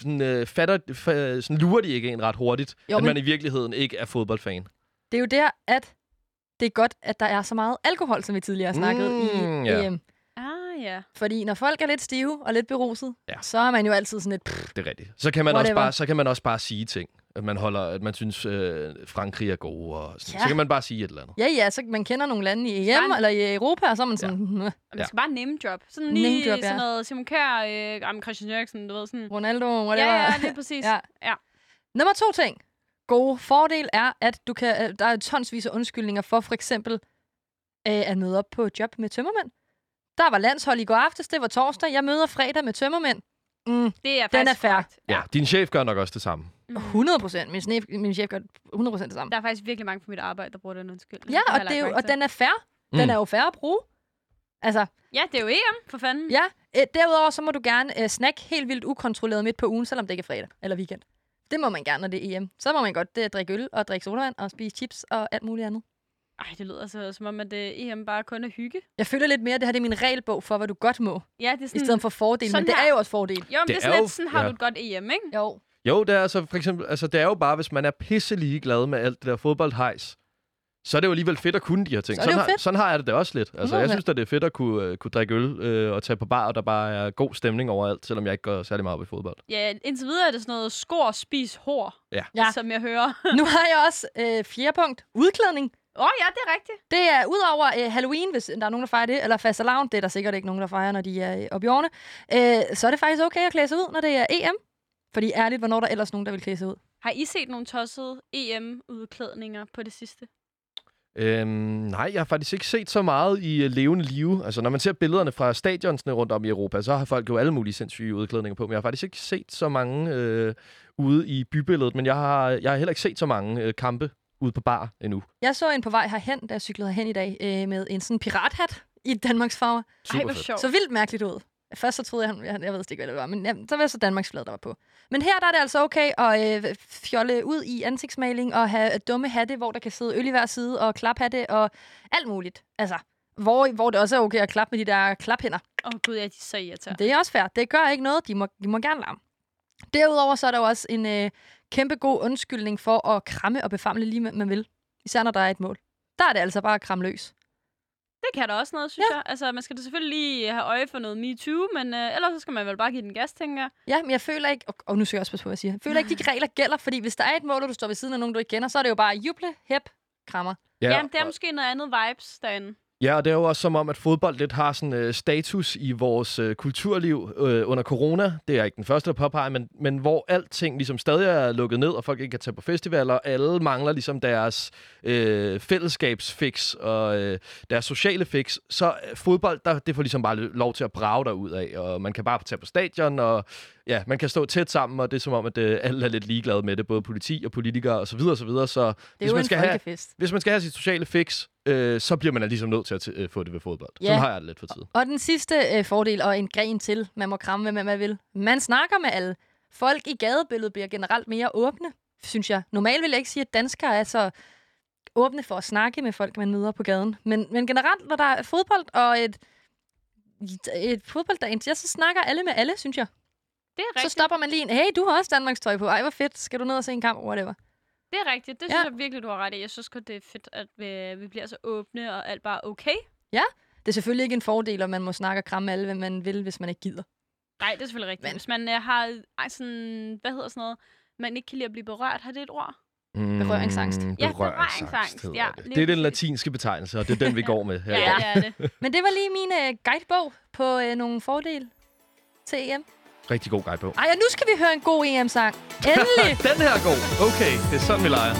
Sådan lurer de ikke en ret hurtigt, at man i virkeligheden ikke er fodboldfan. Det er jo der, at det er godt, at der er så meget alkohol, som vi tidligere har snakket i EM. Ja. Fordi når folk er lidt stive og lidt beruset, så er man jo altid sådan lidt... Det er rigtigt. Så kan man også bare sige ting. At man synes, Frankrig er gode. Og sådan. Ja. Så kan man bare sige et eller andet. Ja, så man kender nogle lande i EM eller i Europa, og så er man sådan... Man skal bare name drop. Sådan lige sådan noget Simon Kjær, Christian Eriksen, du ved sådan... Ronaldo, whatever. Ja, lige præcis. Ja. Nummer 2 ting. God fordel er, at du kan, der er tonsvis af undskyldninger for eksempel at møde op på job med tømmermænd. Der var landshold i går aftes, det var torsdag. Jeg møder fredag med tømmermænd. Det er den er fair. Ja, din chef gør nok også det samme. 100%. Min chef gør 100% det samme. Der er faktisk virkelig mange på mit arbejde, der bruger den undskyldning. Ja, og den er fair. Den er jo fair at bruge. Altså, ja, det er jo EM, for fanden. Ja, derudover så må du gerne snakke helt vildt ukontrolleret midt på ugen, selvom det ikke er fredag eller weekend. Det må man gerne, når det er EM. Så må man godt drikke øl og drikke sodavand og spise chips og alt muligt andet. Ej, det lyder altså som om, at EM bare kun er hygge. Jeg føler lidt mere, at det her det er min regelbog for, hvad du godt må. Ja, det er sådan, i stedet for fordel, men det er jo også fordel. Jo, men det er sådan lidt, sådan har du et godt EM, ikke? Jo, det er altså for eksempel, altså det er jo bare, hvis man er pisse ligeglad med alt det der fodboldhejs, så er det jo alligevel fedt at kunne de her ting. Sådan har jeg det også lidt. Altså, jeg synes, at det er fedt at kunne drikke øl og tage på bar, og der bare er god stemning overalt, selvom jeg ikke går særlig meget op i fodbold. Ja, indtil videre er det sådan noget skor, spis, hår, som jeg hører. Nu har jeg også 4. punkt. Udklædning. Ja, det er rigtigt. Det er udover Halloween, hvis der er nogen, der fejrer det, eller fastelavn, det er der sikkert ikke nogen, der fejrer, når de er oppe i årene, så er det faktisk okay at klæde sig ud, når det er EM. Fordi ærligt, hvornår der ellers nogen, der vil klæde sig ud? Har I set nogle tossede EM-udklædninger på det sidste? Nej, jeg har faktisk ikke set så meget i levende live. Altså, når man ser billederne fra stadionsne rundt om i Europa, så har folk jo alle mulige sindssyge udklædninger på. Men jeg har faktisk ikke set så mange ude i bybilledet. Men jeg har heller ikke set så mange kampe ude på bar endnu. Jeg så en på vej herhen, da jeg cyklede herhen i dag, med en sådan pirathat i Danmarks farver. Ej, hvor sjovt. Så vildt mærkeligt ud. Først så troede jeg ved ikke, hvad det var, men så var det så Danmarks flag, der var på. Men her der er det altså okay at fjolle ud i ansigtsmaling og have dumme hatte, hvor der kan sidde øl i hver side og klaphatte og alt muligt. Altså, hvor det også er okay at klappe med de der klaphænder. Gud, ja, de er så irriterende. Det er også fair. Det gør ikke noget. De må gerne larme. Derudover så er der jo også en kæmpe god undskyldning for at kramme og befamle lige man vil. Især når der er et mål. Der er det altså bare at kramme løs. Det kan der også noget, synes jeg. Altså, man skal da selvfølgelig lige have øje for noget MeToo, men ellers så skal man vel bare give den gas, tænker jeg. Ja, men jeg føler ikke... Og nu skal jeg også passe på, hvad jeg siger. Jeg føler ikke, de regler gælder, fordi hvis der er et mål, og du står ved siden af nogen, du ikke kender, så er det jo bare juble, hæp, krammer. Ja, det er måske noget andet vibes derinde. Ja, og det er jo også som om, at fodbold lidt har sådan status i vores kulturliv under corona. Det er ikke den første, der påpeger, men hvor alting ligesom stadig er lukket ned, og folk ikke kan tage på festivaler, og alle mangler ligesom deres fællesskabsfix og deres sociale fix. Så fodbold, det får ligesom bare lov til at brage derud af, og man kan bare tage på stadion, og ja, man kan stå tæt sammen, og det er som om, at alle er lidt ligeglade med det, både politi og politikere osv. Så hvis man skal have sit sociale fix, så bliver man ligesom nødt til at få det ved fodbold. Ja. Sådan har jeg det lidt for tid. Og den sidste fordel, og en gren til, man må kramme, hvem man vil. Man snakker med alle. Folk i gadebilledet bliver generelt mere åbne, synes jeg. Normalt vil jeg ikke sige, at danskere er så åbne for at snakke med folk, man møder på gaden. Men generelt, når der er fodbold og et fodbolddag, så snakker alle med alle, synes jeg. Det er Så rigtigt. stopper man lige en, hey, du har også Danmarks tøj på. Ej, hvor fedt. Skal du ned og se en kamp? Whatever. Det er rigtigt. Det synes jeg virkelig, du har ret i. Jeg synes godt, det er fedt, at vi bliver så åbne, og alt bare okay. Ja, det er selvfølgelig ikke en fordel, at man må snakke og kramme alle, hvad man vil, hvis man ikke gider. Nej, det er selvfølgelig rigtigt. Hvis man har sådan, hvad hedder sådan noget, man ikke kan lide at blive berørt, har det et ord? Berøringsangst. Ja, berøringsangst. hedder Ja, det. lige Det er den præcis. latinske betegnelse, og det er den, vi går med her. Ja, det er det. Men det var lige min guidebog på nogle fordele til EM. Rigtig god guidebog. Ej, og nu skal vi høre en god EM-sang. Endelig! Den her er god. Okay, det er sådan, vi leger.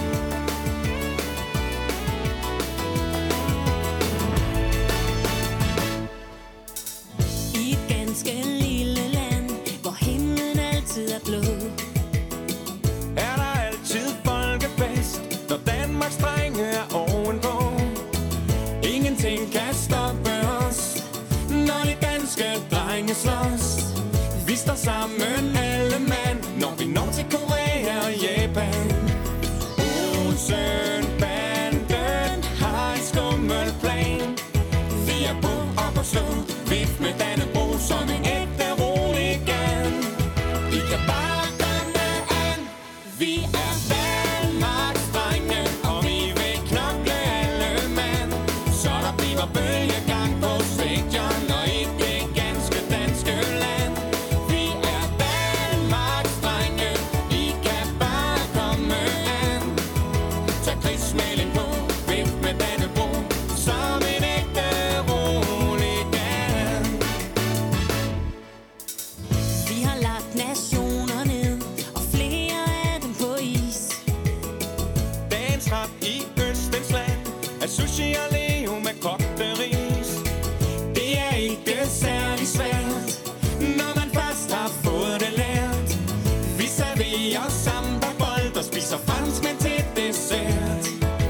I et ganske lille land, hvor himlen altid er blå. Er der altid folkefest, når Danmarks drenge er ovenpå. Ingenting kan stoppe os, når de danske drenge slås. Vi står sammen alle mand, når vi når til Korea og Japan. Olsen banden har en skummel plan. Vi er på op og slå, vift med Dannebrog som en ægte roligan. Vi kan bare komme an, vi er Danmarks drenge, og vi vil knokle alle mand. Så der bliver bølgegang på stadion og i det ganske danske land. Vi er Danmarks drenge, I kan bare komme an. Tag krigsmelding på, vift med Dannebrog som en ægte roligan. Vi har lagt nationer ned, og flere af dem på is. Dagens ret i Østens land er sushi og leo med kogte ris. Det er ikke særlig svært, når man først har fået det lært. Vi serverer samba-bold og spiser franskmænd til dessert.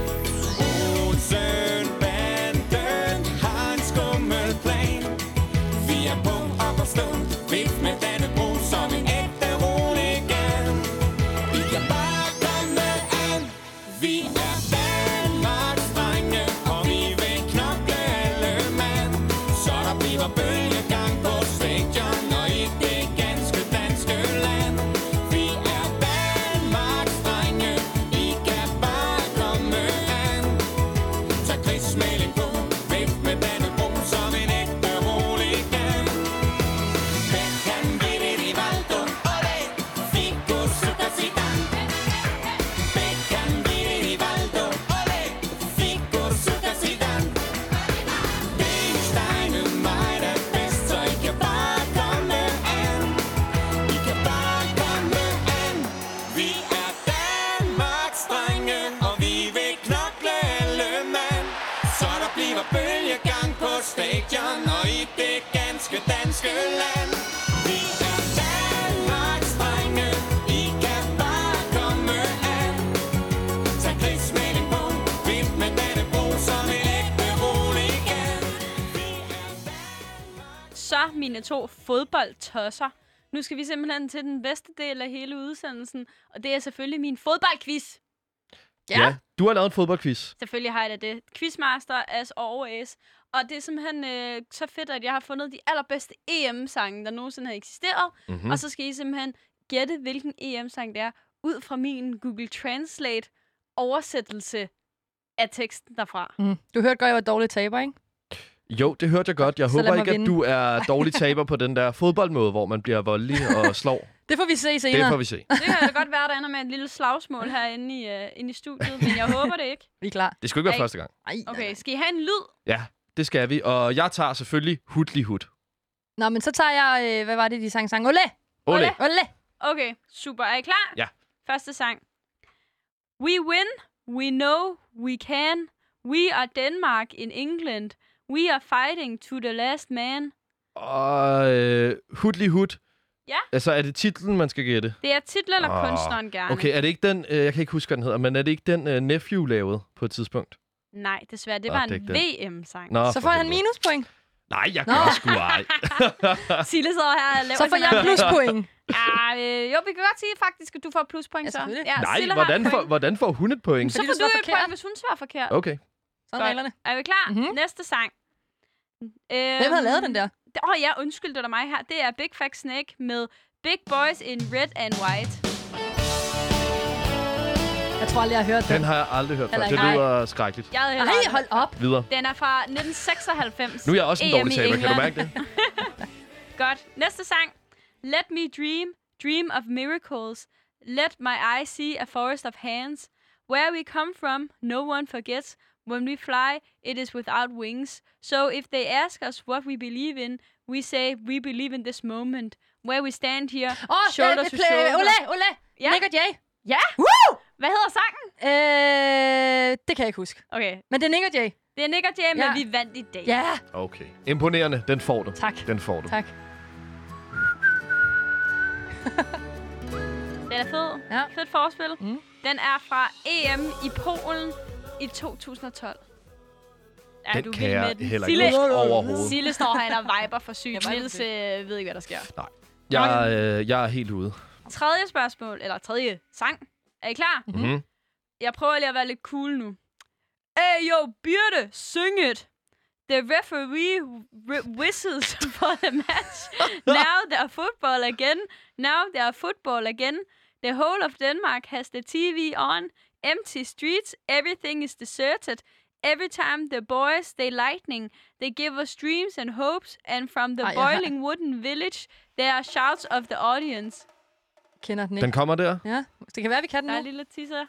Olsen banden har en skummel plan. Vi er på op og stå, vift med Dannebrog som en ægte roligan. Vi kan bare komme an, vi er Danmarks drenge, og vi vil knokle alle mand. Så der bliver bølgegang på stadion og i det ganske danske land. Vi er Danmarks drenge, I kan bare komme an. Tag krigsmelding på, vift med Dannebrog som en ægte roligan. Beckham, Vidi, Rivaldo, ole, Figo, Zucker, Zidane. Beckham, Vidi, Rivaldo, ole, Figo, Zucker, Zidane. Danish Dynamite er bedst, så I kan bare komme an. I kan bare komme an. Vi er Danmarks drenge, og vi vil knokle alle mand. Så der bliver bølgegang på stadion og i det ganske danske land. Vi er Danmarks drenge, I kan bare komme an. Tag krigsmelding på, vift med Dannebrog som en ægte roligan. Så mine to fodboldtosser. Nu skal vi simpelthen til den bedste del af hele udsendelsen, og det er selvfølgelig min fodboldquiz. Ja, du har lavet en fodboldquiz. Selvfølgelig har jeg da det. Quizmaster as always. Og det er simpelthen så fedt, at jeg har fundet de allerbedste EM-sange, der nogensinde har eksisteret. Mm-hmm. Og så skal I simpelthen gætte, hvilken EM-sang det er, ud fra min Google Translate oversættelse af teksten derfra. Du hørte godt, jeg var dårlig taber, ikke? Jo, det hørte jeg godt. Jeg Så lad håber mig ikke, vinde. at du er dårlig taber på den der fodboldmåde, hvor man bliver voldelig og slår. Det får vi se senere. Det får vi se. Det kan da godt være, der ender med et lille slagsmål herinde inde i studiet, men jeg håber det ikke. Vi er klar. Det skal ikke være Ej. første gang. Okay, skal I have en lyd? Ja, det skal vi. Og jeg tager selvfølgelig Hudli Hud. Nå, men så tager jeg, hvad var det, de sang? Ole! Ole. Ole! Okay, super. Er I klar? Ja. Første sang. We win, we know, we can. We are Denmark in England. We are fighting to the last man. Og Hudli Hud. Ja. Altså, er det titlen, man skal gætte? Det er titlen eller kunstneren gerne. Okay, er det ikke den, jeg kan ikke huske, hvad den hedder, men er det ikke den Nephew lavede på et tidspunkt? Nej, desværre. Det Nå, var det er en ikke den. VM-sang. Nå, Så for får han helvede. minuspoint. Nej, jeg gør sgu ej. Sille sidder her og laver Så får sin jeg egen- pluspoint. Jo, vi kan godt sige faktisk, at du får pluspoint Ja, så. selvfølgelig. Nej, Sille har et point. hvordan får hun et point? Så Fordi får du du svarer et forkert. point, hvis hun svarer forkert. Okay. Sådan er reglerne. Er vi klar? Mhm. Næste sang. Hvem har lavet den der? Ja, undskyld, det er mig her. Det er Big Fat Snake med Big Boys in Red and White. Jeg tror aldrig, jeg har hørt Den den. har jeg aldrig hørt før. Heller Det ikke. lyder skrækkeligt. Jeg havde Ej, heller aldrig- hold op. Videre. Den er fra 1996. Nu er jeg også en EM dårlig i taber, kan du England. mærke det? Godt. Næste sang. Let me dream, dream of miracles. Let my eyes see a forest of hands. Where we come from, no one forgets. When we fly, it is without wings. So if they ask us what we believe in, we say we believe in this moment. Where we stand here, shoulder to shoulder. Ole! Ja. Nick og Jay. Ja! Woo! Hvad hedder sangen? Det kan jeg ikke huske. Okay. Men det er Nick og Jay. Det er Nick og Jay, men Ja. vi vandt i dag. Ja. Okay. Imponerende. Den får du. Tak. Den får du. Tak. Den er fed. Ja. Fedt forspil. Mm. Den er fra EM i Polen i 2012. Er Den du kan vild jeg med den? heller Sille, ikke huske overhovedet. Sille står herinde og viber for sygt. Jeg Niels ved ikke, hvad der sker. Jeg er helt ude. Tredje spørgsmål, eller tredje sang. Er I klar? Mm-hmm. Jeg prøver lige at være lidt cool nu. Hey yo, Birte, syng it. The referee whistles for the match. Now there football again. Now there football again. The whole of Denmark has the TV on. Empty streets. Everything is deserted. Every time the boys, they lightning. They give us dreams and hopes. And from the boiling wooden village, there are shouts of the audience. Kender den ikke. Den kommer der. Ja, det kan være, vi kan den Der er nu. en lille teaser.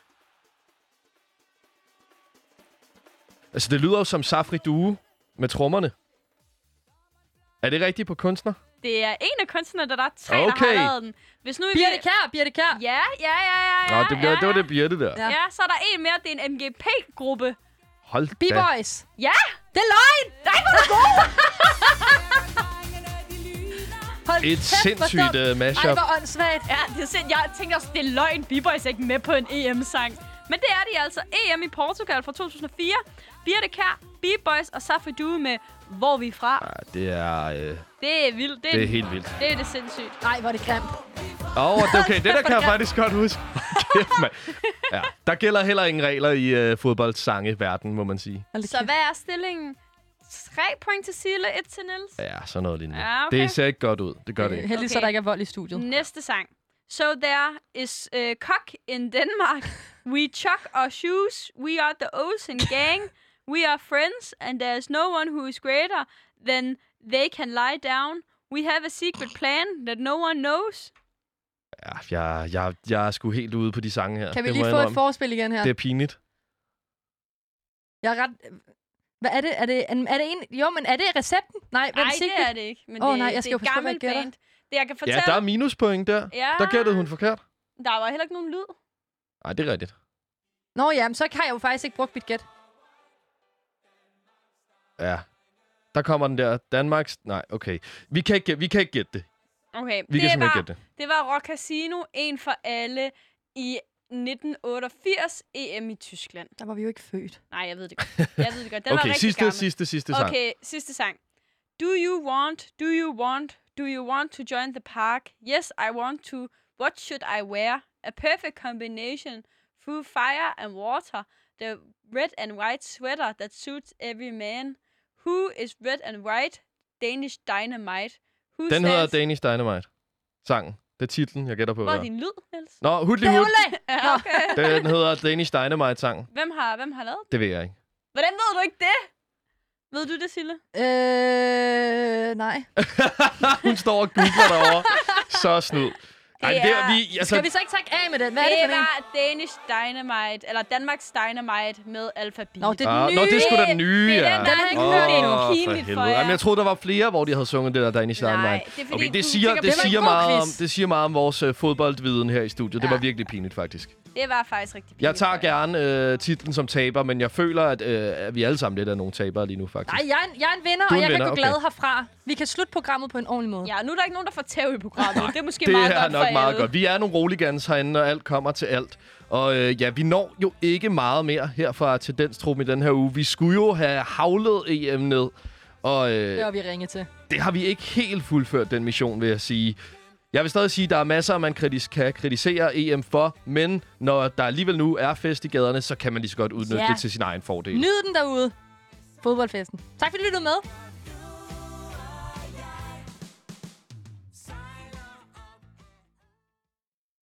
Altså, det lyder jo som Safri Due med trommerne. Er det rigtigt på kunstner? Det er en af kunstnerne, der er tre, der Okay. har lavet den. Hvis nu I Birte Kjær. Ja. Nå, det var det Birte der. Ja. Ja, så er der en mere. Det er en MGP-gruppe. Hold da. B-Boys. Ja! Det er løgn! Nej, hvor er du god! Hold Et kæft, hvor sindssygt dumt. mashup. Ej, hvor åndssvagt. Ja, det er jeg tænkte også, det er løgn. B-Boys er ikke med på en EM-sang. Men det er de altså. EM i Portugal fra 2004. Birte Kjær, B-Boys og Safri Due med Hvor vi er fra. Ja, det er Det er vildt. det er helt vildt. Det er det sindssygt. Nej, hvor er det grimt. Okay, det der kan jeg faktisk godt huske. Kæft, mand. Ja, der gælder heller ingen regler i fodboldsange-verden, må man sige. Så hvad er stillingen? 3 point til Sille, 1 til Niels. Ja, sådan noget lignende. Ja, okay. Det ser ikke godt ud. Det gør det ikke. Heldigvis, så der ikke er vold i studiet. Næste sang. So there is cock in Denmark. We chuck our shoes. We are the Ocean Gang. We are friends, and there is no one who is greater than they can lie down. We have a secret plan that no one knows. Ja, jeg er sgu helt ude på de sange her. Kan vi Det lige må få jeg et indrømme. forspil igen her? Det er pinligt. Jeg er ret... Hvad er det? Er det en... Jo, men er det recepten? Nej, hvad er Nej, det det secret? er det ikke. Men Åh, det, nej, jeg det skal er jo et passe på, hvad gammelt jeg gætter. band. Det jeg kan fortælle... Ja, der er minuspoint der. Ja, Der gættede hun forkert. der var heller ikke nogen lyd. Nej, det er rigtigt. Nå ja, men så har jeg jo faktisk ikke brugt mit gæt. Ja. Der kommer den der. Danmarks... Nej, okay. Vi kan ikke gætte det. Okay, Vi kan simpelthen ikke gætte det. det var Rock Casino, en for alle i 1988 EM i Tyskland. Der var vi jo ikke født. Nej, jeg ved det godt. Jeg ved det godt. Den var Okay, rigtig gammel. sidste sang. Okay, sidste sang. Do you want to join the park? Yes, I want to. What should I wear? A perfect combination. Through fire and water. The red and white sweater that suits every man. Who is red and white? Danish Dynamite. Who Den hedder stands... Danish Dynamite. Sangen. Det er titlen, jeg gætter på. Hvor er der. din lyd, Niels? Nå, Hudli Hud. Ja, okay. Den hedder Danish Dynamite-sang. Hvem har lavet den? Det ved jeg ikke. Hvordan ved du ikke det? Ved du det, Sille? Nej. Hun står og googler derovre. Så snud. Ej, det er, vi, altså, Skal vi så ikke tage af med den? Hvad er det Det for en? var Danish Dynamite, eller Danmarks Dynamite med alfabet. Nå, det er den nye. Nå, det er sgu da den nye, Det er ja. den, der har jeg ikke er hørt endnu. for pinligt for helvede. jer. Jamen, jeg troede, der var flere, hvor de havde sunget det der Danish Dynamite. Nej, det er fordi, Okay, du det siger, tænker, det, det var en siger god meget om, quiz. det siger meget om vores fodboldviden her i studiet. Det Ja. var virkelig pinligt, faktisk. Det var faktisk rigtig pinligt. Jeg tager for jer. gerne titlen som taber, men jeg føler, at vi alle sammen lidt er nogle tabere lige nu, faktisk. Nej, jeg er en vinder, Du er og en jeg vinder, kan gå okay. glad herfra. Vi kan slutte programmet på en ordentlig måde. Ja, nu er der ikke nogen, der får tæv i programmet. Det er måske Det meget er godt nok for meget alle. godt. Vi er nogle roligans herinde, og alt kommer til alt. Og ja, vi når jo ikke meget mere her fra Tendenstruppen i den her uge. Vi skulle jo have havlet EM ned. Og Det har vi ringet til. det har vi ikke helt fuldført, den mission, vil jeg sige. Jeg vil stadig sige, at der er masser, man kan kritisere EM for, men når der alligevel nu er fest i gaderne, så kan man lige så godt udnytte det til sin egen fordel. Nyd den derude. Fodboldfesten. Tak fordi du lyttede med.